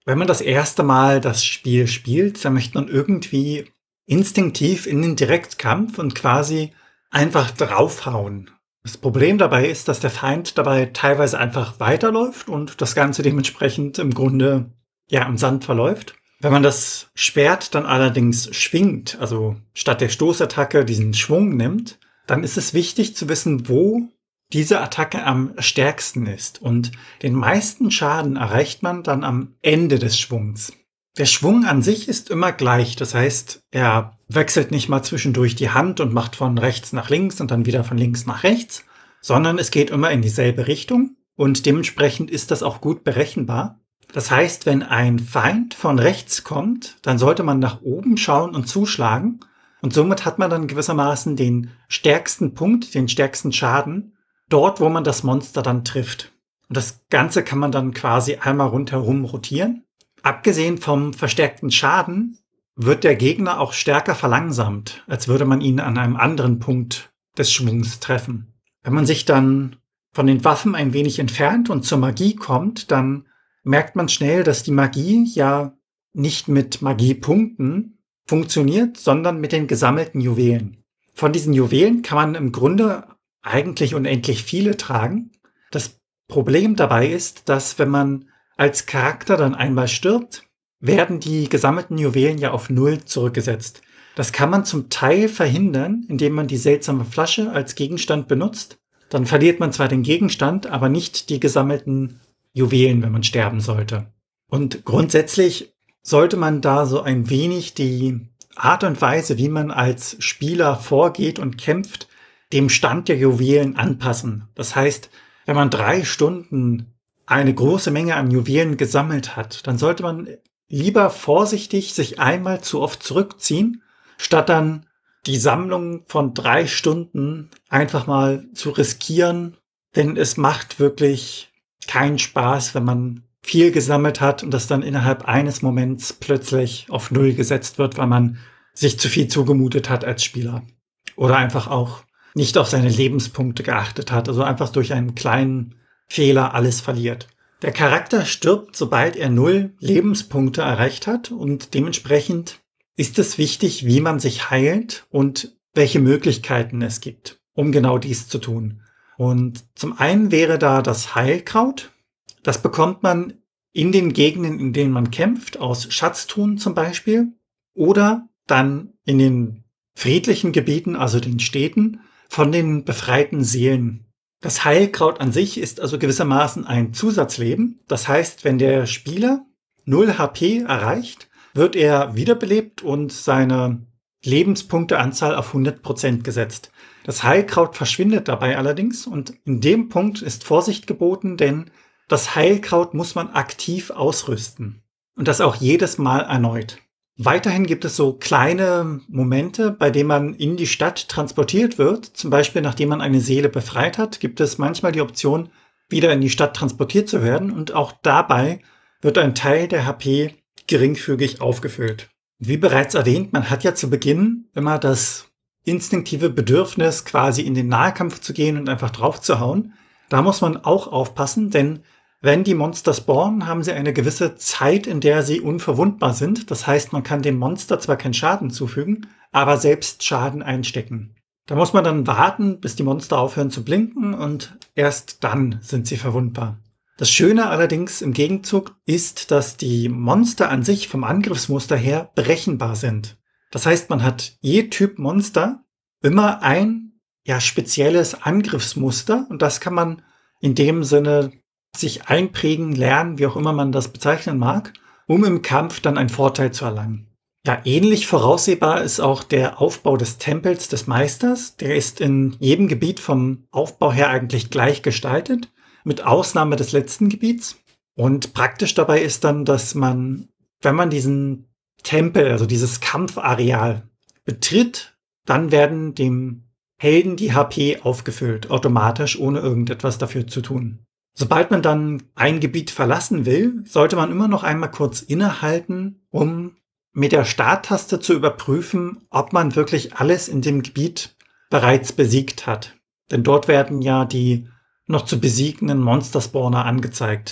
Speaker 2: Wenn man das erste Mal das Spiel spielt, dann möchte man irgendwie instinktiv in den Direktkampf und quasi einfach draufhauen. Das Problem dabei ist, dass der Feind dabei teilweise einfach weiterläuft und das Ganze dementsprechend im Grunde ja im Sand verläuft. Wenn man das Schwert dann allerdings schwingt, also statt der Stoßattacke diesen Schwung nimmt, dann ist es wichtig zu wissen, wo diese Attacke am stärksten ist. Und den meisten Schaden erreicht man dann am Ende des Schwungs. Der Schwung an sich ist immer gleich. Das heißt, er wechselt nicht mal zwischendurch die Hand und macht von rechts nach links und dann wieder von links nach rechts, sondern es geht immer in dieselbe Richtung und dementsprechend ist das auch gut berechenbar. Das heißt, wenn ein Feind von rechts kommt, dann sollte man nach oben schauen und zuschlagen. Und somit hat man dann gewissermaßen den stärksten Punkt, den stärksten Schaden, dort, wo man das Monster dann trifft. Und das Ganze kann man dann quasi einmal rundherum rotieren. Abgesehen vom verstärkten Schaden wird der Gegner auch stärker verlangsamt, als würde man ihn an einem anderen Punkt des Schwungs treffen. Wenn man sich dann von den Waffen ein wenig entfernt und zur Magie kommt, dann merkt man schnell, dass die Magie ja nicht mit Magiepunkten funktioniert, sondern mit den gesammelten Juwelen. Von diesen Juwelen kann man im Grunde eigentlich unendlich viele tragen. Das Problem dabei ist, dass wenn man als Charakter dann einmal stirbt, werden die gesammelten Juwelen ja auf Null zurückgesetzt. Das kann man zum Teil verhindern, indem man die seltsame Flasche als Gegenstand benutzt. Dann verliert man zwar den Gegenstand, aber nicht die gesammelten Juwelen, wenn man sterben sollte. Und grundsätzlich sollte man da so ein wenig die Art und Weise, wie man als Spieler vorgeht und kämpft, dem Stand der Juwelen anpassen. Das heißt, wenn man drei Stunden eine große Menge an Juwelen gesammelt hat, dann sollte man lieber vorsichtig sich einmal zu oft zurückziehen, statt dann die Sammlung von drei Stunden einfach mal zu riskieren, denn es macht wirklich keinen Spaß, wenn man viel gesammelt hat und das dann innerhalb eines Moments plötzlich auf Null gesetzt wird, weil man sich zu viel zugemutet hat als Spieler. Oder einfach auch nicht auf seine Lebenspunkte geachtet hat, also einfach durch einen kleinen Fehler alles verliert. Der Charakter stirbt, sobald er null Lebenspunkte erreicht hat und dementsprechend ist es wichtig, wie man sich heilt und welche Möglichkeiten es gibt, um genau dies zu tun. Und zum einen wäre da das Heilkraut. Das bekommt man in den Gegenden, in denen man kämpft, aus Schatztruhen zum Beispiel. Oder dann in den friedlichen Gebieten, also den Städten, von den befreiten Seelen. Das Heilkraut an sich ist also gewissermaßen ein Zusatzleben. Das heißt, wenn der Spieler null H P erreicht, wird er wiederbelebt und seine Lebenspunkteanzahl auf hundert Prozent gesetzt. Das Heilkraut verschwindet dabei allerdings und in dem Punkt ist Vorsicht geboten, denn das Heilkraut muss man aktiv ausrüsten und das auch jedes Mal erneut. Weiterhin gibt es so kleine Momente, bei denen man in die Stadt transportiert wird. Zum Beispiel, nachdem man eine Seele befreit hat, gibt es manchmal die Option, wieder in die Stadt transportiert zu werden und auch dabei wird ein Teil der H P geringfügig aufgefüllt. Wie bereits erwähnt, man hat ja zu Beginn immer das instinktive Bedürfnis, quasi in den Nahkampf zu gehen und einfach drauf zu hauen. Da muss man auch aufpassen, denn wenn die Monster spawnen, haben sie eine gewisse Zeit, in der sie unverwundbar sind. Das heißt, man kann dem Monster zwar keinen Schaden zufügen, aber selbst Schaden einstecken. Da muss man dann warten, bis die Monster aufhören zu blinken und erst dann sind sie verwundbar. Das Schöne allerdings im Gegenzug ist, dass die Monster an sich vom Angriffsmuster her berechenbar sind. Das heißt, man hat je Typ Monster immer ein ja, spezielles Angriffsmuster und das kann man in dem Sinne sich einprägen, lernen, wie auch immer man das bezeichnen mag, um im Kampf dann einen Vorteil zu erlangen. Ja, ähnlich voraussehbar ist auch der Aufbau des Tempels des Meisters. Der ist in jedem Gebiet vom Aufbau her eigentlich gleich gestaltet, mit Ausnahme des letzten Gebiets. Und praktisch dabei ist dann, dass man, wenn man diesen Tempel, also dieses Kampfareal betritt, dann werden dem Helden die H P aufgefüllt, automatisch, ohne irgendetwas dafür zu tun. Sobald man dann ein Gebiet verlassen will, sollte man immer noch einmal kurz innehalten, um mit der Starttaste zu überprüfen, ob man wirklich alles in dem Gebiet bereits besiegt hat. Denn dort werden ja die noch zu besiegenden Monster-Spawner angezeigt.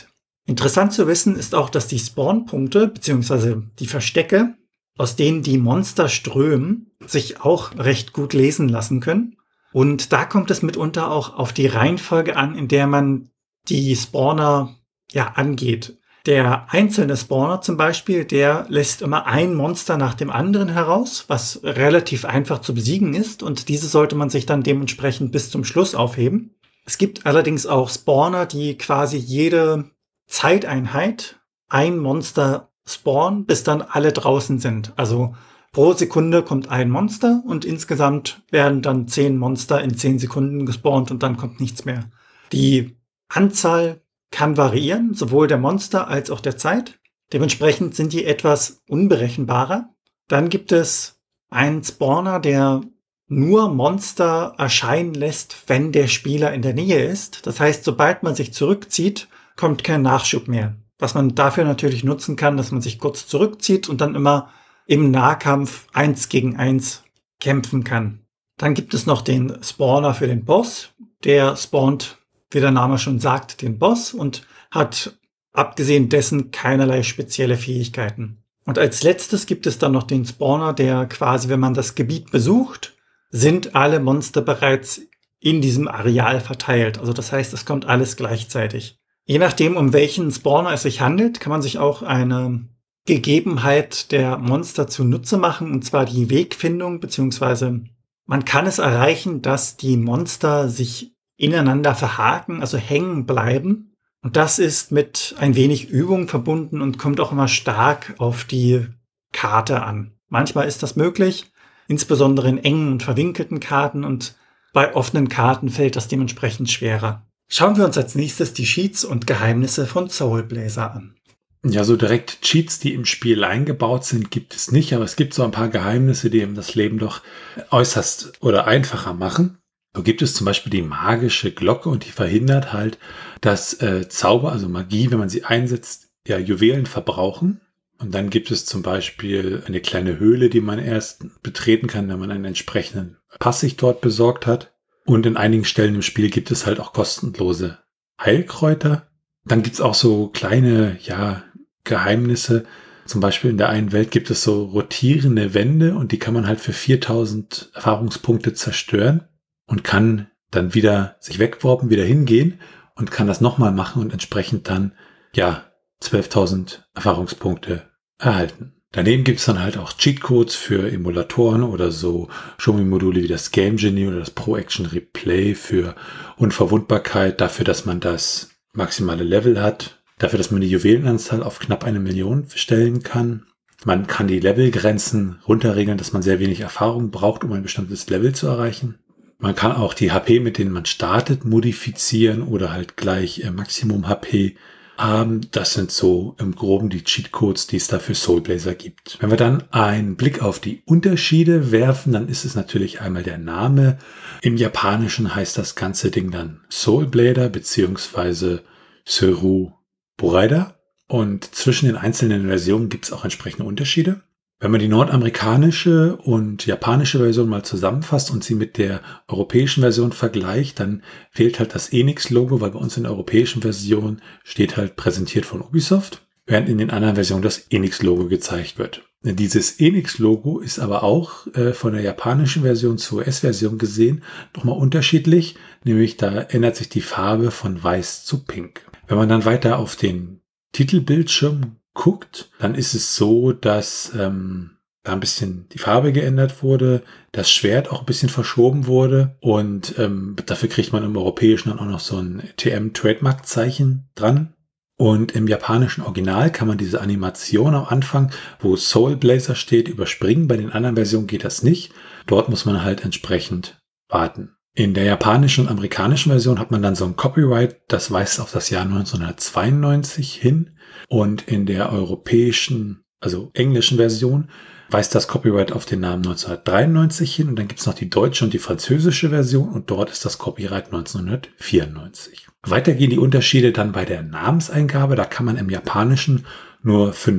Speaker 2: Interessant zu wissen ist auch, dass die Spawnpunkte bzw. die Verstecke, aus denen die Monster strömen, sich auch recht gut lesen lassen können. Und da kommt es mitunter auch auf die Reihenfolge an, in der man die Spawner ja angeht. Der einzelne Spawner zum Beispiel, der lässt immer ein Monster nach dem anderen heraus, was relativ einfach zu besiegen ist. Und diese sollte man sich dann dementsprechend bis zum Schluss aufheben. Es gibt allerdings auch Spawner, die quasi jede Zeiteinheit ein Monster spawnen, bis dann alle draußen sind. Also pro Sekunde kommt ein Monster und insgesamt werden dann zehn Monster in zehn Sekunden gespawnt und dann kommt nichts mehr. Die Anzahl kann variieren, sowohl der Monster als auch der Zeit. Dementsprechend sind die etwas unberechenbarer. Dann gibt es einen Spawner, der nur Monster erscheinen lässt, wenn der Spieler in der Nähe ist. Das heißt, sobald man sich zurückzieht, kommt kein Nachschub mehr. Was man dafür natürlich nutzen kann, dass man sich kurz zurückzieht und dann immer im Nahkampf eins gegen eins kämpfen kann. Dann gibt es noch den Spawner für den Boss. Der spawnt, wie der Name schon sagt, den Boss und hat abgesehen dessen keinerlei spezielle Fähigkeiten. Und als letztes gibt es dann noch den Spawner, der quasi, wenn man das Gebiet besucht, sind alle Monster bereits in diesem Areal verteilt. Also das heißt, es kommt alles gleichzeitig. Je nachdem, um welchen Spawner es sich handelt, kann man sich auch eine Gegebenheit der Monster zunutze machen, und zwar die Wegfindung, beziehungsweise man kann es erreichen, dass die Monster sich ineinander verhaken, also hängen bleiben. Und das ist mit ein wenig Übung verbunden und kommt auch immer stark auf die Karte an. Manchmal ist das möglich, insbesondere in engen und verwinkelten Karten, und bei offenen Karten fällt das dementsprechend schwerer. Schauen wir uns als nächstes die Cheats und Geheimnisse von Soul Blazer an.
Speaker 1: Ja, so direkt Cheats, die im Spiel eingebaut sind, gibt es nicht, aber es gibt so ein paar Geheimnisse, die eben das Leben doch äußerst oder einfacher machen. So gibt es zum Beispiel die magische Glocke, und die verhindert halt, dass äh, Zauber, also Magie, wenn man sie einsetzt, ja Juwelen verbrauchen. Und dann gibt es zum Beispiel eine kleine Höhle, die man erst betreten kann, wenn man einen entsprechenden Pass sich dort besorgt hat. Und in einigen Stellen im Spiel gibt es halt auch kostenlose Heilkräuter. Dann gibt es auch so kleine, ja, Geheimnisse. Zum Beispiel in der einen Welt gibt es so rotierende Wände, und die kann man halt für viertausend Erfahrungspunkte zerstören und kann dann wieder sich wegwarpen, wieder hingehen und kann das nochmal machen und entsprechend dann, ja, zwölftausend Erfahrungspunkte erhalten. Daneben gibt es dann halt auch Cheatcodes für Emulatoren oder so Show-Me-Module wie das Game Genie oder das Pro Action Replay für Unverwundbarkeit, dafür, dass man das maximale Level hat, dafür, dass man die Juwelenanzahl auf knapp eine Million stellen kann. Man kann die Levelgrenzen runterregeln, dass man sehr wenig Erfahrung braucht, um ein bestimmtes Level zu erreichen. Man kann auch die H P, mit denen man startet, modifizieren oder halt gleich äh, Maximum H P haben. Das sind so im Groben die Cheatcodes, die es da für Soul Blazer gibt. Wenn wir dann einen Blick auf die Unterschiede werfen, dann ist es natürlich einmal der Name. Im Japanischen heißt das ganze Ding dann Soul Blazer beziehungsweise Seru Buraida. Und zwischen den einzelnen Versionen gibt es auch entsprechende Unterschiede. Wenn man die nordamerikanische und japanische Version mal zusammenfasst und sie mit der europäischen Version vergleicht, dann fehlt halt das Enix-Logo, weil bei uns in der europäischen Version steht halt präsentiert von Ubisoft, während in den anderen Versionen das Enix-Logo gezeigt wird. Dieses Enix-Logo ist aber auch äh, von der japanischen Version zur U S-Version gesehen nochmal unterschiedlich, nämlich da ändert sich die Farbe von weiß zu pink. Wenn man dann weiter auf den Titelbildschirm guckt, dann ist es so, dass ähm, da ein bisschen die Farbe geändert wurde, das Schwert auch ein bisschen verschoben wurde, und ähm, dafür kriegt man im Europäischen dann auch noch so ein T M-Trademark-Zeichen dran. Und im japanischen Original kann man diese Animation am Anfang, wo Soul Blazer steht, überspringen. Bei den anderen Versionen geht das nicht. Dort muss man halt entsprechend warten. In der japanischen und amerikanischen Version hat man dann so ein Copyright, das weist auf das Jahr neunzehnhundertzweiundneunzig hin. Und in der europäischen, also englischen Version weist das Copyright auf den Namen neunzehnhundertdreiundneunzig hin. Und dann gibt es noch die deutsche und die französische Version, und dort ist das Copyright neunzehnhundertvierundneunzig. Weiter gehen die Unterschiede dann bei der Namenseingabe. Da kann man im Japanischen nur fünf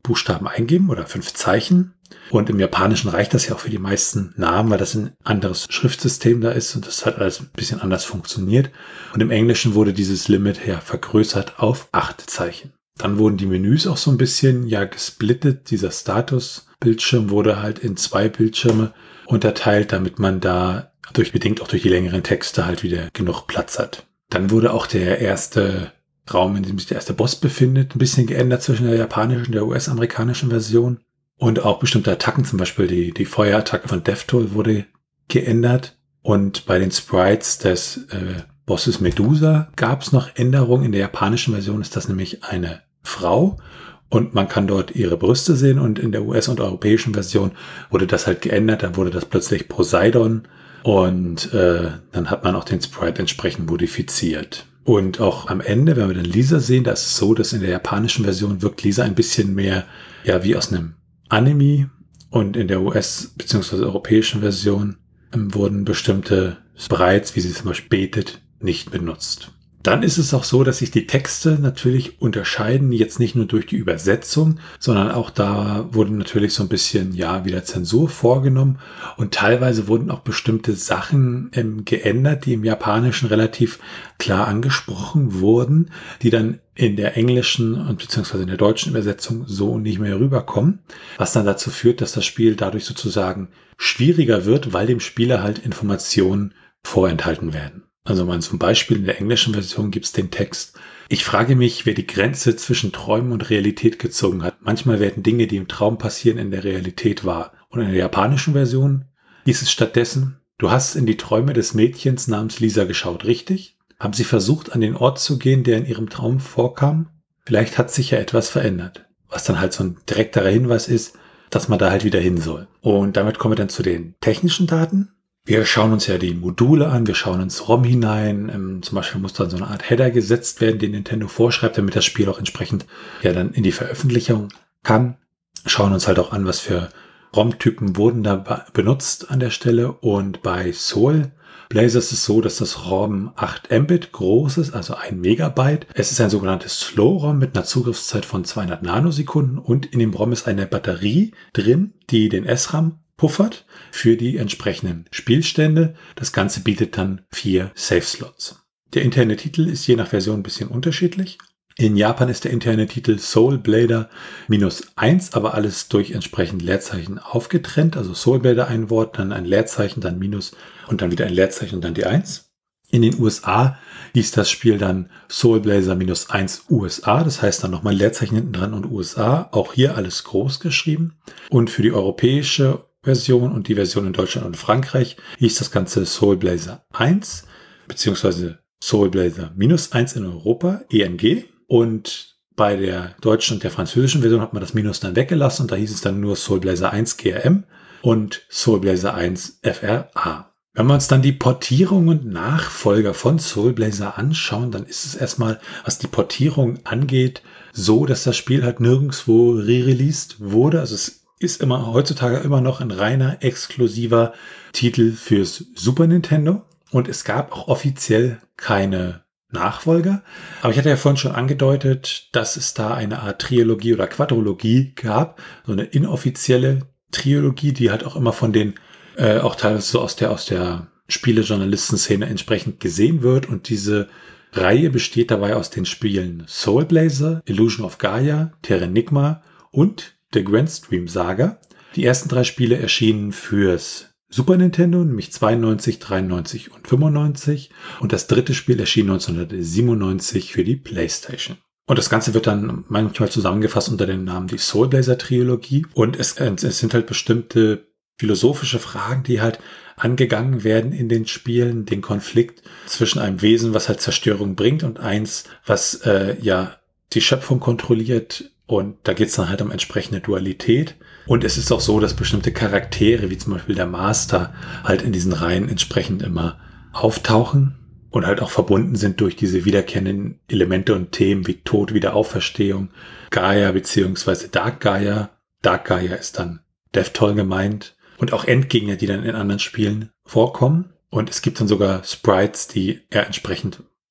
Speaker 1: Buchstaben eingeben oder fünf Zeichen. Und im Japanischen reicht das ja auch für die meisten Namen, weil das ein anderes Schriftsystem da ist und das hat alles ein bisschen anders funktioniert. Und im Englischen wurde dieses Limit ja vergrößert auf acht Zeichen. Dann wurden die Menüs auch so ein bisschen ja gesplittet. Dieser Status-Bildschirm wurde halt in zwei Bildschirme unterteilt, damit man da durch bedingt auch durch die längeren Texte halt wieder genug Platz hat. Dann wurde auch der erste Raum, in dem sich der erste Boss befindet, ein bisschen geändert zwischen der japanischen und der U S-amerikanischen Version. Und auch bestimmte Attacken, zum Beispiel die, die Feuerattacke von Deathtoll wurde geändert. Und bei den Sprites des äh, Bosses Medusa gab es noch Änderungen. In der japanischen Version ist das nämlich eine Frau und man kann dort ihre Brüste sehen. Und in der U S- und europäischen Version wurde das halt geändert. Dann wurde das plötzlich Poseidon und äh, dann hat man auch den Sprite entsprechend modifiziert. Und auch am Ende, wenn wir dann Lisa sehen, da ist es so, dass in der japanischen Version wirkt Lisa ein bisschen mehr ja wie aus einem Anime, und in der U S- bzw. europäischen Version ähm, wurden bestimmte Sprites, wie sie zum Beispiel betet, nicht benutzt. Dann ist es auch so, dass sich die Texte natürlich unterscheiden, jetzt nicht nur durch die Übersetzung, sondern auch da wurde natürlich so ein bisschen, ja, wieder Zensur vorgenommen und teilweise wurden auch bestimmte Sachen ähm, geändert, die im Japanischen relativ klar angesprochen wurden, die dann in der englischen und beziehungsweise in der deutschen Übersetzung so nicht mehr rüberkommen, was dann dazu führt, dass das Spiel dadurch sozusagen schwieriger wird, weil dem Spieler halt Informationen vorenthalten werden. Also mal zum Beispiel in der englischen Version gibt es den Text: Ich frage mich, wer die Grenze zwischen Träumen und Realität gezogen hat. Manchmal werden Dinge, die im Traum passieren, in der Realität wahr. Und in der japanischen Version hieß es stattdessen: Du hast in die Träume des Mädchens namens Lisa geschaut, richtig? Haben Sie versucht, an den Ort zu gehen, der in Ihrem Traum vorkam? Vielleicht hat sich ja etwas verändert. Was dann halt so ein direkterer Hinweis ist, dass man da halt wieder hin soll. Und damit kommen wir dann zu den technischen Daten. Wir schauen uns ja die Module an, wir schauen ins ROM hinein. Ähm, zum Beispiel muss dann so eine Art Header gesetzt werden, den Nintendo vorschreibt, damit das Spiel auch entsprechend ja dann in die Veröffentlichung kann. Schauen uns halt auch an, was für ROM-Typen wurden da benutzt an der Stelle. Und bei Soul Blazer ist es so, dass das ROM acht Mbit groß ist, also ein Megabyte. Es ist ein sogenanntes Slow-ROM mit einer Zugriffszeit von zweihundert Nanosekunden und in dem ROM ist eine Batterie drin, die den S RAM puffert für die entsprechenden Spielstände. Das Ganze bietet dann vier Save-Slots. Der interne Titel ist je nach Version ein bisschen unterschiedlich. In Japan ist der interne Titel Soul Blazer minus eins, aber alles durch entsprechend Leerzeichen aufgetrennt. Also Soul Blazer ein Wort, dann ein Leerzeichen, dann Minus und dann wieder ein Leerzeichen und dann die eins. In den U S A hieß das Spiel dann Soul Blazer minus eins U S A. Das heißt dann nochmal Leerzeichen hinten dran und U S A. Auch hier alles groß geschrieben. Und für die europäische Version und die Version in Deutschland und Frankreich hieß das Ganze Soul Blazer eins, beziehungsweise Soul Blazer minus eins in Europa, E N G. Und bei der deutschen und der französischen Version hat man das Minus dann weggelassen und da hieß es dann nur Soul Blazer eins G R M und Soul Blazer eins F R A. Wenn wir uns dann die Portierung und Nachfolger von Soul Blazer anschauen, dann ist es erstmal, was die Portierung angeht, so, dass das Spiel halt nirgendwo re-released wurde. Also es ist immer heutzutage immer noch ein reiner exklusiver Titel fürs Super Nintendo und es gab auch offiziell keine Nachfolger. Aber ich hatte ja vorhin schon angedeutet, dass es da eine Art Trilogie oder Quadrologie gab, so eine inoffizielle Trilogie, die halt auch immer von den äh, auch teilweise so aus der aus der Spielejournalistenszene entsprechend gesehen wird und diese Reihe besteht dabei aus den Spielen Soul Blazer, Illusion of Gaia, Terranigma und der Grand Stream Saga. Die ersten drei Spiele erschienen fürs Super Nintendo, nämlich zweiundneunzig, dreiundneunzig und fünfundneunzig. Und das dritte Spiel erschien neunzehnhundertsiebenundneunzig für die PlayStation. Und das Ganze wird dann manchmal zusammengefasst unter dem Namen die Soul Blazer Trilogie. Und es, es sind halt bestimmte philosophische Fragen, die halt angegangen werden in den Spielen. Den Konflikt zwischen einem Wesen, was halt Zerstörung bringt und eins, was äh, ja die Schöpfung kontrolliert. Und da geht es dann halt um entsprechende Dualität. Und es ist auch so, dass bestimmte Charaktere, wie zum Beispiel der Master, halt in diesen Reihen entsprechend immer auftauchen und halt auch verbunden sind durch diese wiederkehrenden Elemente und Themen wie Tod, Wiederauferstehung, Gaia beziehungsweise Dark Gaia. Dark Gaia ist dann Deathtoll gemeint und auch Endgegner, die dann in anderen Spielen vorkommen. Und es gibt dann sogar Sprites, die eher entsprechend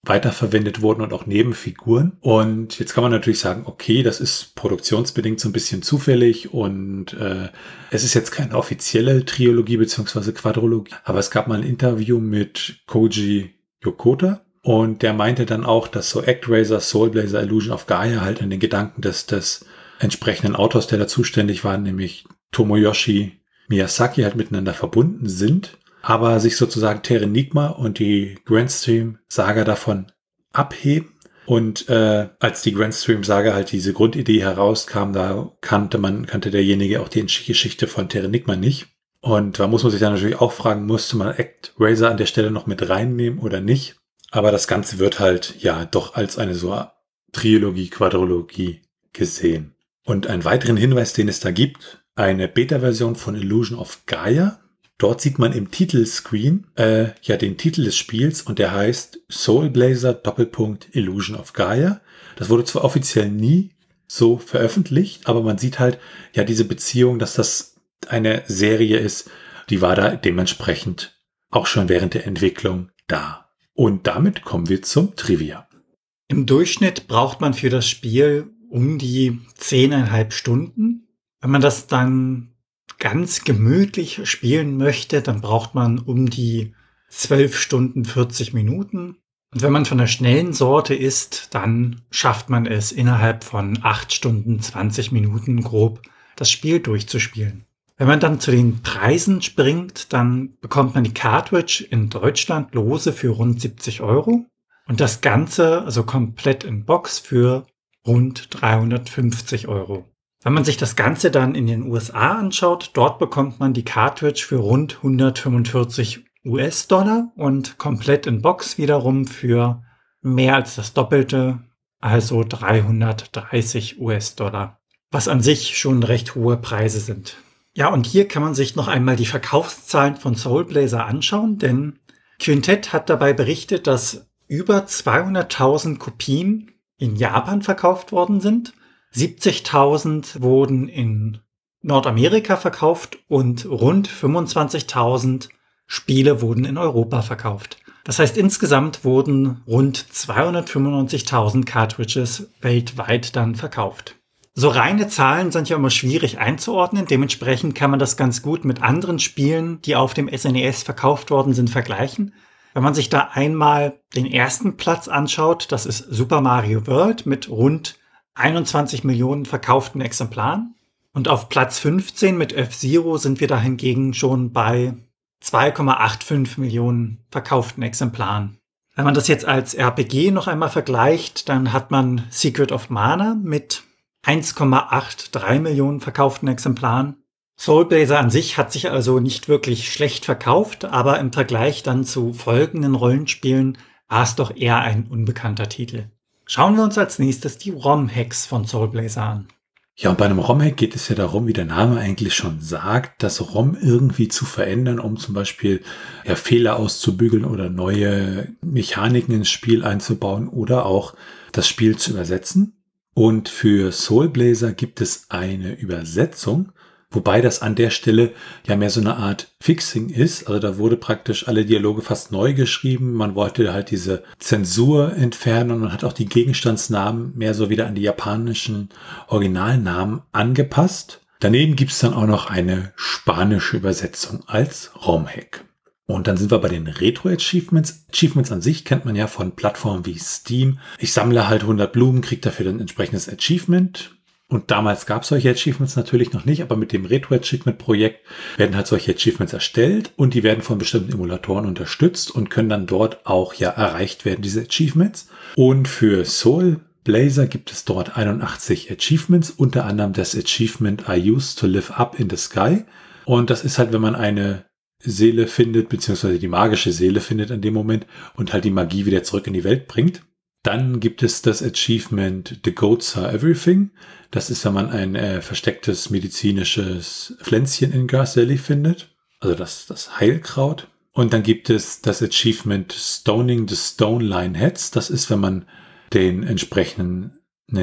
Speaker 1: weiterverwendet wurden und auch Nebenfiguren. Und jetzt kann man natürlich sagen, okay, das ist produktionsbedingt so ein bisschen zufällig und äh, es ist jetzt keine offizielle Trilogie bzw. Quadrologie, aber es gab mal ein Interview mit Koji Yokota und der meinte dann auch, dass so ActRaiser, Soul Blazer, Illusion of Gaia halt an den Gedanken des, des entsprechenden Autors, der da zuständig war, nämlich Tomoyoshi Miyazaki, halt miteinander verbunden sind, aber sich sozusagen Terranigma und die Grandstream-Saga davon abheben. Und äh, als die Grandstream-Saga halt diese Grundidee herauskam, da kannte man, kannte derjenige auch die Geschichte von Terranigma nicht. Und da muss man sich dann natürlich auch fragen, musste man ActRaiser an der Stelle noch mit reinnehmen oder nicht? Aber das Ganze wird halt ja doch als eine so Trilogie, Quadrologie gesehen. Und einen weiteren Hinweis, den es da gibt, eine Beta-Version von Illusion of Gaia. Dort sieht man im Titelscreen äh, ja den Titel des Spiels und der heißt Soul Blazer Doppelpunkt Illusion of Gaia. Das wurde zwar offiziell nie so veröffentlicht, aber man sieht halt ja diese Beziehung, dass das eine Serie ist, die war da dementsprechend auch schon während der Entwicklung da. Und damit kommen wir zum Trivia.
Speaker 2: Im Durchschnitt braucht man für das Spiel um die zehneinhalb Stunden. Wenn man das dann ganz gemütlich spielen möchte, dann braucht man um die zwölf Stunden vierzig Minuten. Und wenn man von der schnellen Sorte ist, dann schafft man es innerhalb von acht Stunden zwanzig Minuten grob das Spiel durchzuspielen. Wenn man dann zu den Preisen springt, dann bekommt man die Cartridge in Deutschland lose für rund siebzig Euro und das Ganze, also komplett in Box, für rund dreihundertfünfzig Euro. Wenn man sich das Ganze dann in den U S A anschaut, dort bekommt man die Cartridge für rund hundertfünfundvierzig US-Dollar und komplett in Box wiederum für mehr als das Doppelte, also dreihundertdreißig US-Dollar, was an sich schon recht hohe Preise sind. Ja, und hier kann man sich noch einmal die Verkaufszahlen von Soul Blazer anschauen, denn Quintet hat dabei berichtet, dass über zweihunderttausend Kopien in Japan verkauft worden sind. siebzigtausend wurden in Nordamerika verkauft und rund fünfundzwanzigtausend Spiele wurden in Europa verkauft. Das heißt, insgesamt wurden rund zweihundertfünfundneunzigtausend Cartridges weltweit dann verkauft. So reine Zahlen sind ja immer schwierig einzuordnen, dementsprechend kann man das ganz gut mit anderen Spielen, die auf dem S N E S verkauft worden sind, vergleichen. Wenn man sich da einmal den ersten Platz anschaut, das ist Super Mario World mit rund einundzwanzig Millionen verkauften Exemplaren. Und auf Platz fünfzehn mit F-Zero sind wir da hingegen schon bei zwei Komma fünfundachtzig Millionen verkauften Exemplaren. Wenn man das jetzt als R P G noch einmal vergleicht, dann hat man Secret of Mana mit eins Komma dreiundachtzig Millionen verkauften Exemplaren. Soul Blazer an sich hat sich also nicht wirklich schlecht verkauft, aber im Vergleich dann zu folgenden Rollenspielen war es doch eher ein unbekannter Titel. Schauen wir uns als nächstes die ROM-Hacks von Soul Blazer an.
Speaker 1: Ja, und bei einem ROM-Hack geht es ja darum, wie der Name eigentlich schon sagt, das ROM irgendwie zu verändern, um zum Beispiel ja, Fehler auszubügeln oder neue Mechaniken ins Spiel einzubauen oder auch das Spiel zu übersetzen. Und für Soul Blazer gibt es eine Übersetzung, wobei das an der Stelle ja mehr so eine Art Fixing ist. Also da wurde praktisch alle Dialoge fast neu geschrieben. Man wollte halt diese Zensur entfernen und man hat auch die Gegenstandsnamen mehr so wieder an die japanischen Originalnamen angepasst. Daneben gibt es dann auch noch eine spanische Übersetzung als ROM-Hack. Und dann sind wir bei den Retro-Achievements. Achievements an sich kennt man ja von Plattformen wie Steam. Ich sammle halt hundert Blumen, kriege dafür dann ein entsprechendes Achievement. Und damals gab es solche Achievements natürlich noch nicht, aber mit dem Retro-Achievement-Projekt werden halt solche Achievements erstellt und die werden von bestimmten Emulatoren unterstützt und können dann dort auch ja erreicht werden, diese Achievements. Und für Soul Blazer gibt es dort einundachtzig Achievements, unter anderem das Achievement I used to live up in the sky. Und das ist halt, wenn man eine Seele findet, beziehungsweise die magische Seele findet in dem Moment und halt die Magie wieder zurück in die Welt bringt. Dann gibt es das Achievement The Goats Are Everything. Das ist, wenn man ein äh, verstecktes medizinisches Pflänzchen in Garcelli findet. Also das, das Heilkraut. Und dann gibt es das Achievement Stoning the Stone Line Heads. Das ist, wenn man den entsprechenden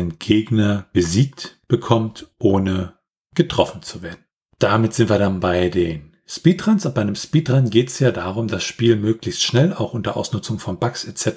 Speaker 1: Gegner besiegt bekommt, ohne getroffen zu werden. Damit sind wir dann bei den Speedruns. Und bei einem Speedrun geht es ja darum, das Spiel möglichst schnell, auch unter Ausnutzung von Bugs et cetera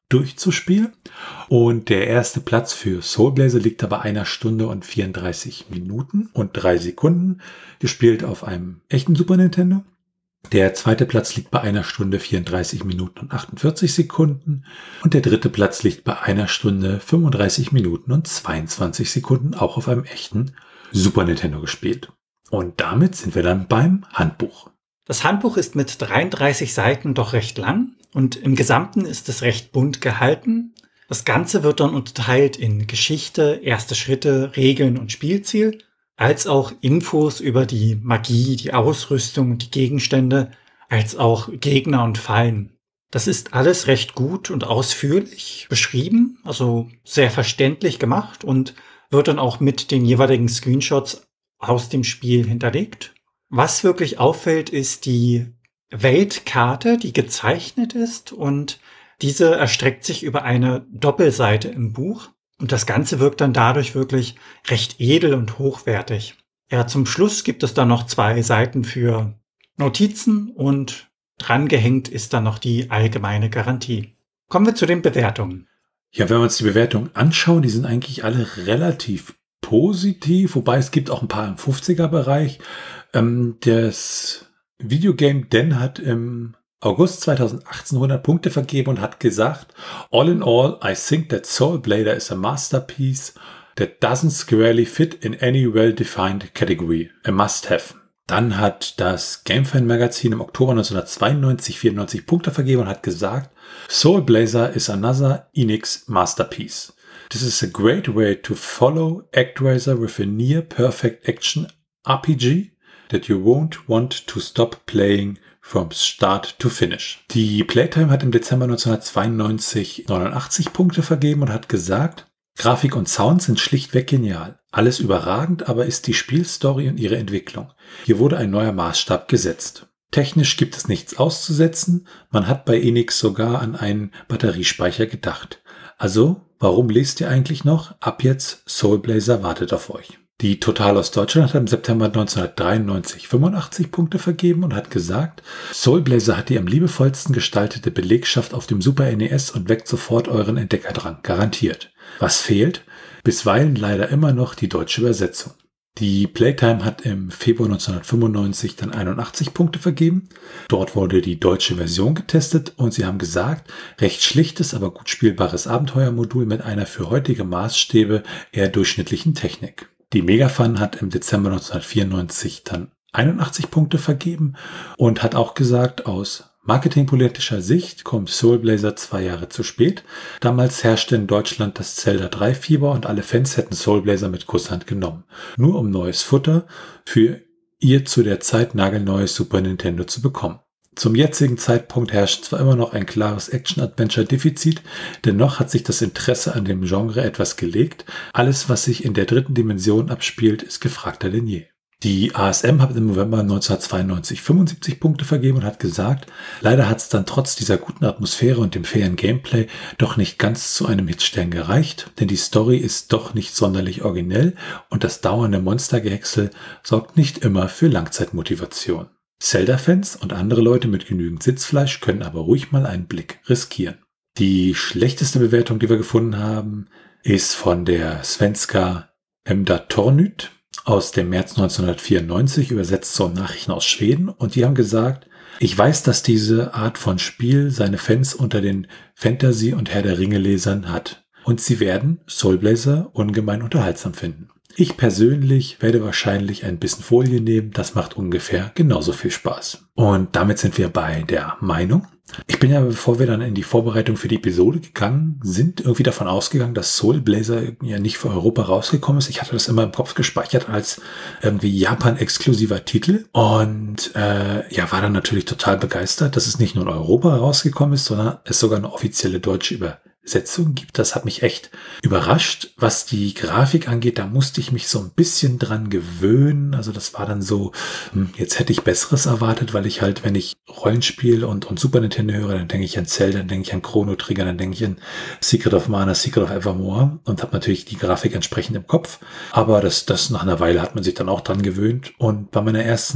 Speaker 1: durchzuspielen. Und der erste Platz für Soul Blazer liegt da bei einer Stunde und vierunddreißig Minuten und drei Sekunden, gespielt auf einem echten Super Nintendo. Der zweite Platz liegt bei einer Stunde vierunddreißig Minuten und achtundvierzig Sekunden und der dritte Platz liegt bei einer Stunde fünfunddreißig Minuten und zweiundzwanzig Sekunden, auch auf einem echten Super Nintendo gespielt. Und damit sind wir dann beim Handbuch.
Speaker 2: Das Handbuch ist mit dreiunddreißig Seiten doch recht lang und im Gesamten ist es recht bunt gehalten. Das Ganze wird dann unterteilt in Geschichte, erste Schritte, Regeln und Spielziel, als auch Infos über die Magie, die Ausrüstung und die Gegenstände, als auch Gegner und Fallen. Das ist alles recht gut und ausführlich beschrieben, also sehr verständlich gemacht und wird dann auch mit den jeweiligen Screenshots aus dem Spiel hinterlegt. Was wirklich auffällt, ist die Weltkarte, die gezeichnet ist und diese erstreckt sich über eine Doppelseite im Buch. Und das Ganze wirkt dann dadurch wirklich recht edel und hochwertig. Ja, zum Schluss gibt es dann noch zwei Seiten für Notizen und drangehängt ist dann noch die allgemeine Garantie. Kommen wir zu den Bewertungen.
Speaker 1: Ja, wenn wir uns die Bewertungen anschauen, die sind eigentlich alle relativ positiv, wobei es gibt auch ein paar im fünfziger-Bereich. Ähm, das Videogame Den hat im August zweitausendachtzehn hundert Punkte vergeben und hat gesagt, all in all, I think that Soul Blazer is a masterpiece that doesn't squarely fit in any well-defined category. A must-have. Dann hat das GameFan Magazin im Oktober neunzehnhundertzweiundneunzig vierundneunzig Punkte vergeben und hat gesagt, Soul Blazer is another Enix masterpiece. This is a great way to follow ActRaiser with a near-perfect action R P G that you won't want to stop playing from start to finish. Die Playtime hat im Dezember neunzehnhundertzweiundneunzig neunundachtzig Punkte vergeben und hat gesagt, Grafik und Sound sind schlichtweg genial. Alles überragend, aber ist die Spielstory und ihre Entwicklung. Hier wurde ein neuer Maßstab gesetzt. Technisch gibt es nichts auszusetzen. Man hat bei Enix sogar an einen Batteriespeicher gedacht. Also, warum lest ihr eigentlich noch? Ab jetzt, Soul Blazer wartet auf euch. Die Total aus Deutschland hat im September neunzehnhundertdreiundneunzig fünfundachtzig Punkte vergeben und hat gesagt, Soul Blazer hat die am liebevollsten gestaltete Belegschaft auf dem Super N E S und weckt sofort euren Entdeckerdrang, garantiert. Was fehlt? Bisweilen leider immer noch die deutsche Übersetzung. Die Playtime hat im Februar neunzehnhundertfünfundneunzig dann einundachtzig Punkte vergeben. Dort wurde die deutsche Version getestet und sie haben gesagt, recht schlichtes, aber gut spielbares Abenteuermodul mit einer für heutige Maßstäbe eher durchschnittlichen Technik. Die Megafun hat im Dezember neunzehnhundertvierundneunzig dann einundachtzig Punkte vergeben und hat auch gesagt, aus marketingpolitischer Sicht kommt Soul Blazer zwei Jahre zu spät. Damals herrschte in Deutschland das Zelda drei Fieber und alle Fans hätten Soul Blazer mit Kusshand genommen. Nur um neues Futter für ihr zu der Zeit nagelneues Super Nintendo zu bekommen. Zum jetzigen Zeitpunkt herrscht zwar immer noch ein klares Action-Adventure-Defizit, dennoch hat sich das Interesse an dem Genre etwas gelegt. Alles, was sich in der dritten Dimension abspielt, ist gefragter denn je. Die A S M hat im November neunzehnhundertzweiundneunzig fünfundsiebzig Punkte vergeben und hat gesagt, leider hat es dann trotz dieser guten Atmosphäre und dem fairen Gameplay doch nicht ganz zu einem Hitstern gereicht, denn die Story ist doch nicht sonderlich originell und das dauernde Monstergehäcksel sorgt nicht immer für Langzeitmotivation. Zelda-Fans und andere Leute mit genügend Sitzfleisch können aber ruhig mal einen Blick riskieren. Die schlechteste Bewertung, die wir gefunden haben, ist von der Svenska Emda Tornyt aus dem März neunzehnhundertvierundneunzig, übersetzt zu Nachrichten aus Schweden, und die haben gesagt, ich weiß, dass diese Art von Spiel seine Fans unter den Fantasy- und Herr der Ringe-Lesern hat und sie werden Soul Blazer ungemein unterhaltsam finden. Ich persönlich werde wahrscheinlich ein bisschen Folie nehmen, das macht ungefähr genauso viel Spaß. Und damit sind wir bei der Meinung. Ich bin ja, bevor wir dann in die Vorbereitung für die Episode gegangen sind, irgendwie davon ausgegangen, dass Soul Blazer ja nicht für Europa rausgekommen ist. Ich hatte das immer im Kopf gespeichert als irgendwie Japan-exklusiver Titel und äh, ja, war dann natürlich total begeistert, dass es nicht nur in Europa rausgekommen ist, sondern es sogar eine offizielle deutsche Übersetzung gibt. Das hat mich echt überrascht. Was die Grafik angeht, da musste ich mich so ein bisschen dran gewöhnen. Also das war dann so, hm, jetzt hätte ich Besseres erwartet, weil ich halt, wenn ich Rollenspiel und, und Super Nintendo höre, dann denke ich an Zelda, dann denke ich an Chrono Trigger, dann denke ich an Secret of Mana, Secret of Evermore und habe natürlich die Grafik entsprechend im Kopf. Aber das, das nach einer Weile hat man sich dann auch dran gewöhnt. Und bei meiner ersten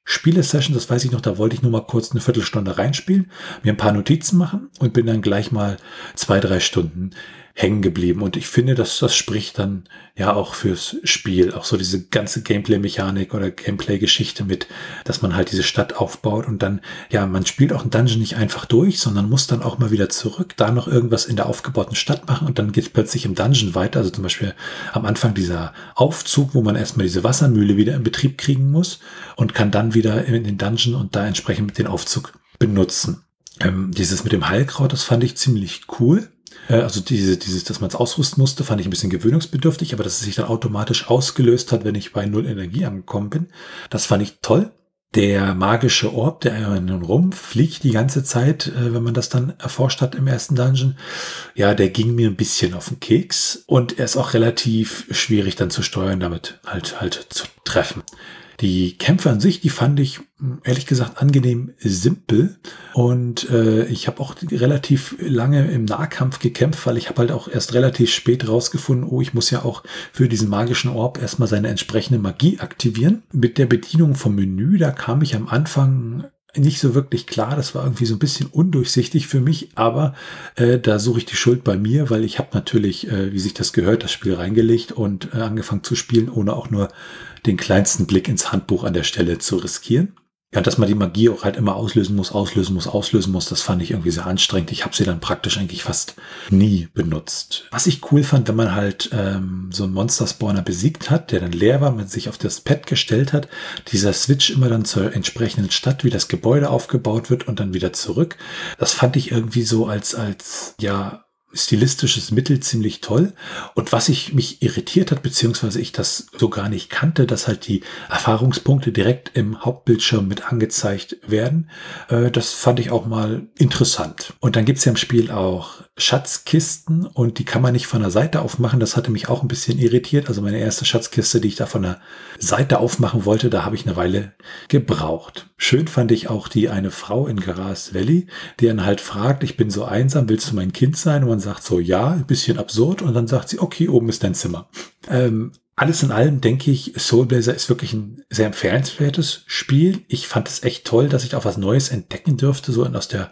Speaker 1: Spielesession, das weiß ich noch, da wollte ich nur mal kurz eine Viertelstunde reinspielen, mir ein paar Notizen machen und bin dann gleich mal zwei, drei Stunden hängen geblieben. Und ich finde, dass das spricht dann ja auch fürs Spiel. Auch so diese ganze Gameplay-Mechanik oder Gameplay-Geschichte mit, dass man halt diese Stadt aufbaut und dann, ja, man spielt auch einen Dungeon nicht einfach durch, sondern muss dann auch mal wieder zurück, da noch irgendwas in der aufgebauten Stadt machen und dann geht es plötzlich im Dungeon weiter. Also zum Beispiel am Anfang dieser Aufzug, wo man erstmal diese Wassermühle wieder in Betrieb kriegen muss und kann dann wieder in den Dungeon und da entsprechend den Aufzug benutzen. Ähm, dieses mit dem Heilkraut, das fand ich ziemlich cool. Also diese, dieses, dass man es ausrüsten musste, fand ich ein bisschen gewöhnungsbedürftig, aber dass es sich dann automatisch ausgelöst hat, wenn ich bei null Energie angekommen bin, das fand ich toll. Der magische Orb, der nun rumfliegt die ganze Zeit, wenn man das dann erforscht hat im ersten Dungeon, ja, der ging mir ein bisschen auf den Keks und er ist auch relativ schwierig dann zu steuern, damit halt halt zu treffen. Die Kämpfe an sich, die fand ich ehrlich gesagt angenehm simpel und äh, ich habe auch relativ lange im Nahkampf gekämpft, weil ich habe halt auch erst relativ spät rausgefunden, oh, ich muss ja auch für diesen magischen Orb erstmal seine entsprechende Magie aktivieren. Mit der Bedienung vom Menü, da kam ich am Anfang nicht so wirklich klar, das war irgendwie so ein bisschen undurchsichtig für mich, aber äh, da suche ich die Schuld bei mir, weil ich habe natürlich, äh, wie sich das gehört, das Spiel reingelegt und äh, angefangen zu spielen, ohne auch nur den kleinsten Blick ins Handbuch an der Stelle zu riskieren. Ja, dass man die Magie auch halt immer auslösen muss, auslösen muss, auslösen muss, das fand ich irgendwie sehr anstrengend. Ich habe sie dann praktisch eigentlich fast nie benutzt. Was ich cool fand, wenn man halt ähm, so einen Monster-Spawner besiegt hat, der dann leer war, man sich auf das Pad gestellt hat, dieser Switch immer dann zur entsprechenden Stadt, wie das Gebäude aufgebaut wird und dann wieder zurück. Das fand ich irgendwie so als, als, ja, stilistisches Mittel ziemlich toll. Und was ich mich irritiert hat, beziehungsweise ich das so gar nicht kannte, dass halt die Erfahrungspunkte direkt im Hauptbildschirm mit angezeigt werden, äh, das fand ich auch mal interessant. Und dann gibt's ja im Spiel auch Schatzkisten und die kann man nicht von der Seite aufmachen. Das hatte mich auch ein bisschen irritiert. Also meine erste Schatzkiste, die ich da von der Seite aufmachen wollte, da habe ich eine Weile gebraucht. Schön fand ich auch die eine Frau in Grass Valley, die dann halt fragt, ich bin so einsam, willst du mein Kind sein? Und man sagt so, ja, ein bisschen absurd. Und dann sagt sie, okay, oben ist dein Zimmer. Ähm, alles in allem denke ich, Soul Blazer ist wirklich ein sehr empfehlenswertes Spiel. Ich fand es echt toll, dass ich auch was Neues entdecken dürfte, so aus der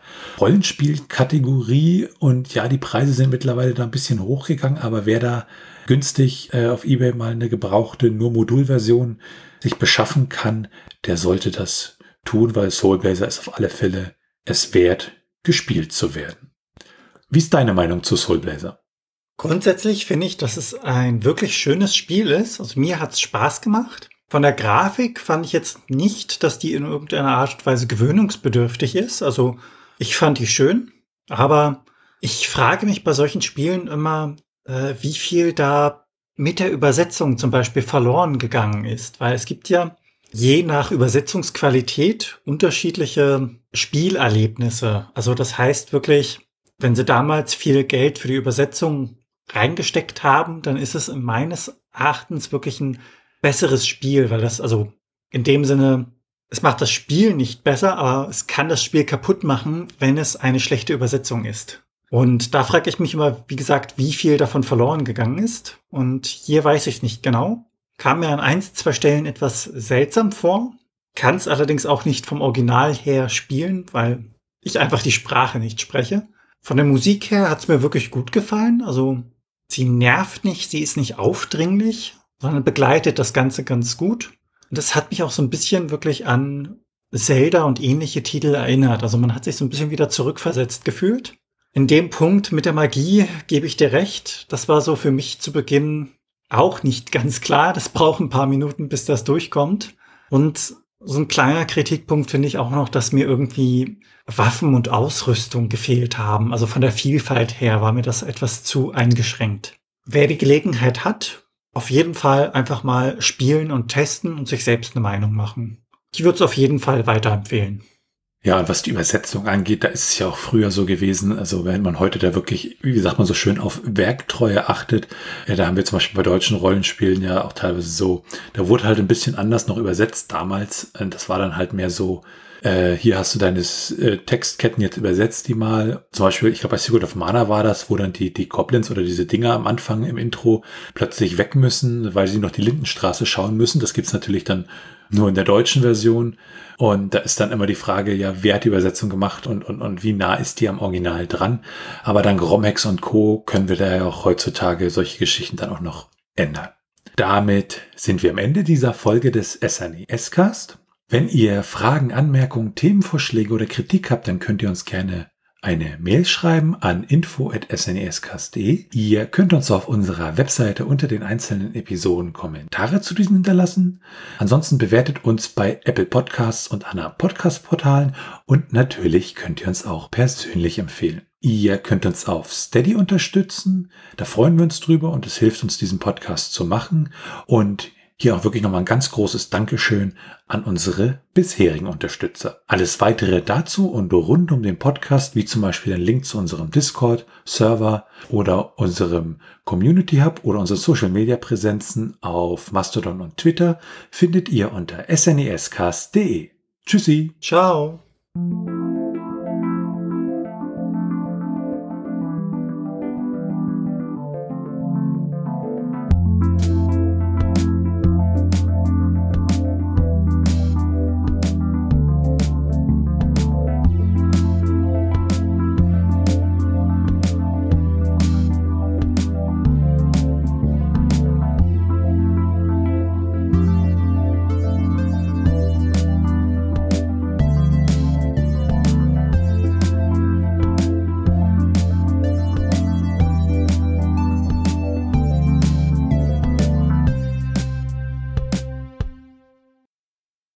Speaker 1: Rollenspielkategorie. Und ja, die Preise sind mittlerweile da ein bisschen hochgegangen, aber wer da günstig äh, auf eBay mal eine gebrauchte, nur Modulversion sich beschaffen kann, der sollte das tun, weil Soul Blazer ist auf alle Fälle es wert, gespielt zu werden. Wie ist deine Meinung zu Soul Blazer?
Speaker 2: Grundsätzlich finde ich, dass es ein wirklich schönes Spiel ist. Also mir hat es Spaß gemacht. Von der Grafik fand ich jetzt nicht, dass die in irgendeiner Art und Weise gewöhnungsbedürftig ist. Also ich fand die schön. Aber ich frage mich bei solchen Spielen immer, äh, wie viel da mit der Übersetzung zum Beispiel verloren gegangen ist. Weil es gibt ja je nach Übersetzungsqualität unterschiedliche Spielerlebnisse. Also das heißt wirklich, wenn sie damals viel Geld für die Übersetzung reingesteckt haben, dann ist es meines Erachtens wirklich ein besseres Spiel, weil das, also in dem Sinne, es macht das Spiel nicht besser, aber es kann das Spiel kaputt machen, wenn es eine schlechte Übersetzung ist. Und da frage ich mich immer, wie gesagt, wie viel davon verloren gegangen ist. Und hier weiß ich es nicht genau. Kam mir an ein, zwei Stellen etwas seltsam vor, kann es allerdings auch nicht vom Original her spielen, weil ich einfach die Sprache nicht spreche. Von der Musik her hat es mir wirklich gut gefallen. Also sie nervt nicht, sie ist nicht aufdringlich, sondern begleitet das Ganze ganz gut. Und das hat mich auch so ein bisschen wirklich an Zelda und ähnliche Titel erinnert. Also man hat sich so ein bisschen wieder zurückversetzt gefühlt. In dem Punkt mit der Magie gebe ich dir recht. Das war so für mich zu Beginn auch nicht ganz klar. Das braucht ein paar Minuten, bis das durchkommt. Und so ein kleiner Kritikpunkt finde ich auch noch, dass mir irgendwie Waffen und Ausrüstung gefehlt haben. Also von der Vielfalt her war mir das etwas zu eingeschränkt. Wer die Gelegenheit hat, auf jeden Fall einfach mal spielen und testen und sich selbst eine Meinung machen. Ich würde es auf jeden Fall weiterempfehlen.
Speaker 1: Ja, und was die Übersetzung angeht, da ist es ja auch früher so gewesen, also wenn man heute da wirklich, wie sagt man so schön, auf Werktreue achtet, ja, da haben wir zum Beispiel bei deutschen Rollenspielen ja auch teilweise so, da wurde halt ein bisschen anders noch übersetzt damals, und das war dann halt mehr so, äh, hier hast du deine äh, Textketten jetzt übersetzt, die mal, zum Beispiel, ich glaube bei Secret of Mana war das, wo dann die, die Goblins oder diese Dinger am Anfang im Intro plötzlich weg müssen, weil sie noch die Lindenstraße schauen müssen, das gibt's natürlich dann nur in der deutschen Version. Und da ist dann immer die Frage, ja, wer hat die Übersetzung gemacht und, und, und wie nah ist die am Original dran? Aber dank Romex und Co. können wir da ja auch heutzutage solche Geschichten dann auch noch ändern. Damit sind wir am Ende dieser Folge des S N E S-Cast. Wenn ihr Fragen, Anmerkungen, Themenvorschläge oder Kritik habt, dann könnt ihr uns gerne eine Mail schreiben an info at s n e s cast punkt d e. Ihr könnt uns auf unserer Webseite unter den einzelnen Episoden Kommentare zu diesen hinterlassen. Ansonsten bewertet uns bei Apple Podcasts und anderen Podcast-Portalen und natürlich könnt ihr uns auch persönlich empfehlen. Ihr könnt uns auf Steady unterstützen, da freuen wir uns drüber und es hilft uns, diesen Podcast zu machen. Und hier auch wirklich nochmal ein ganz großes Dankeschön an unsere bisherigen Unterstützer. Alles weitere dazu und rund um den Podcast, wie zum Beispiel ein Link zu unserem Discord-Server oder unserem Community Hub oder unsere Social-Media-Präsenzen auf Mastodon und Twitter, findet ihr unter s n e s cast punkt d e. Tschüssi.
Speaker 2: Ciao.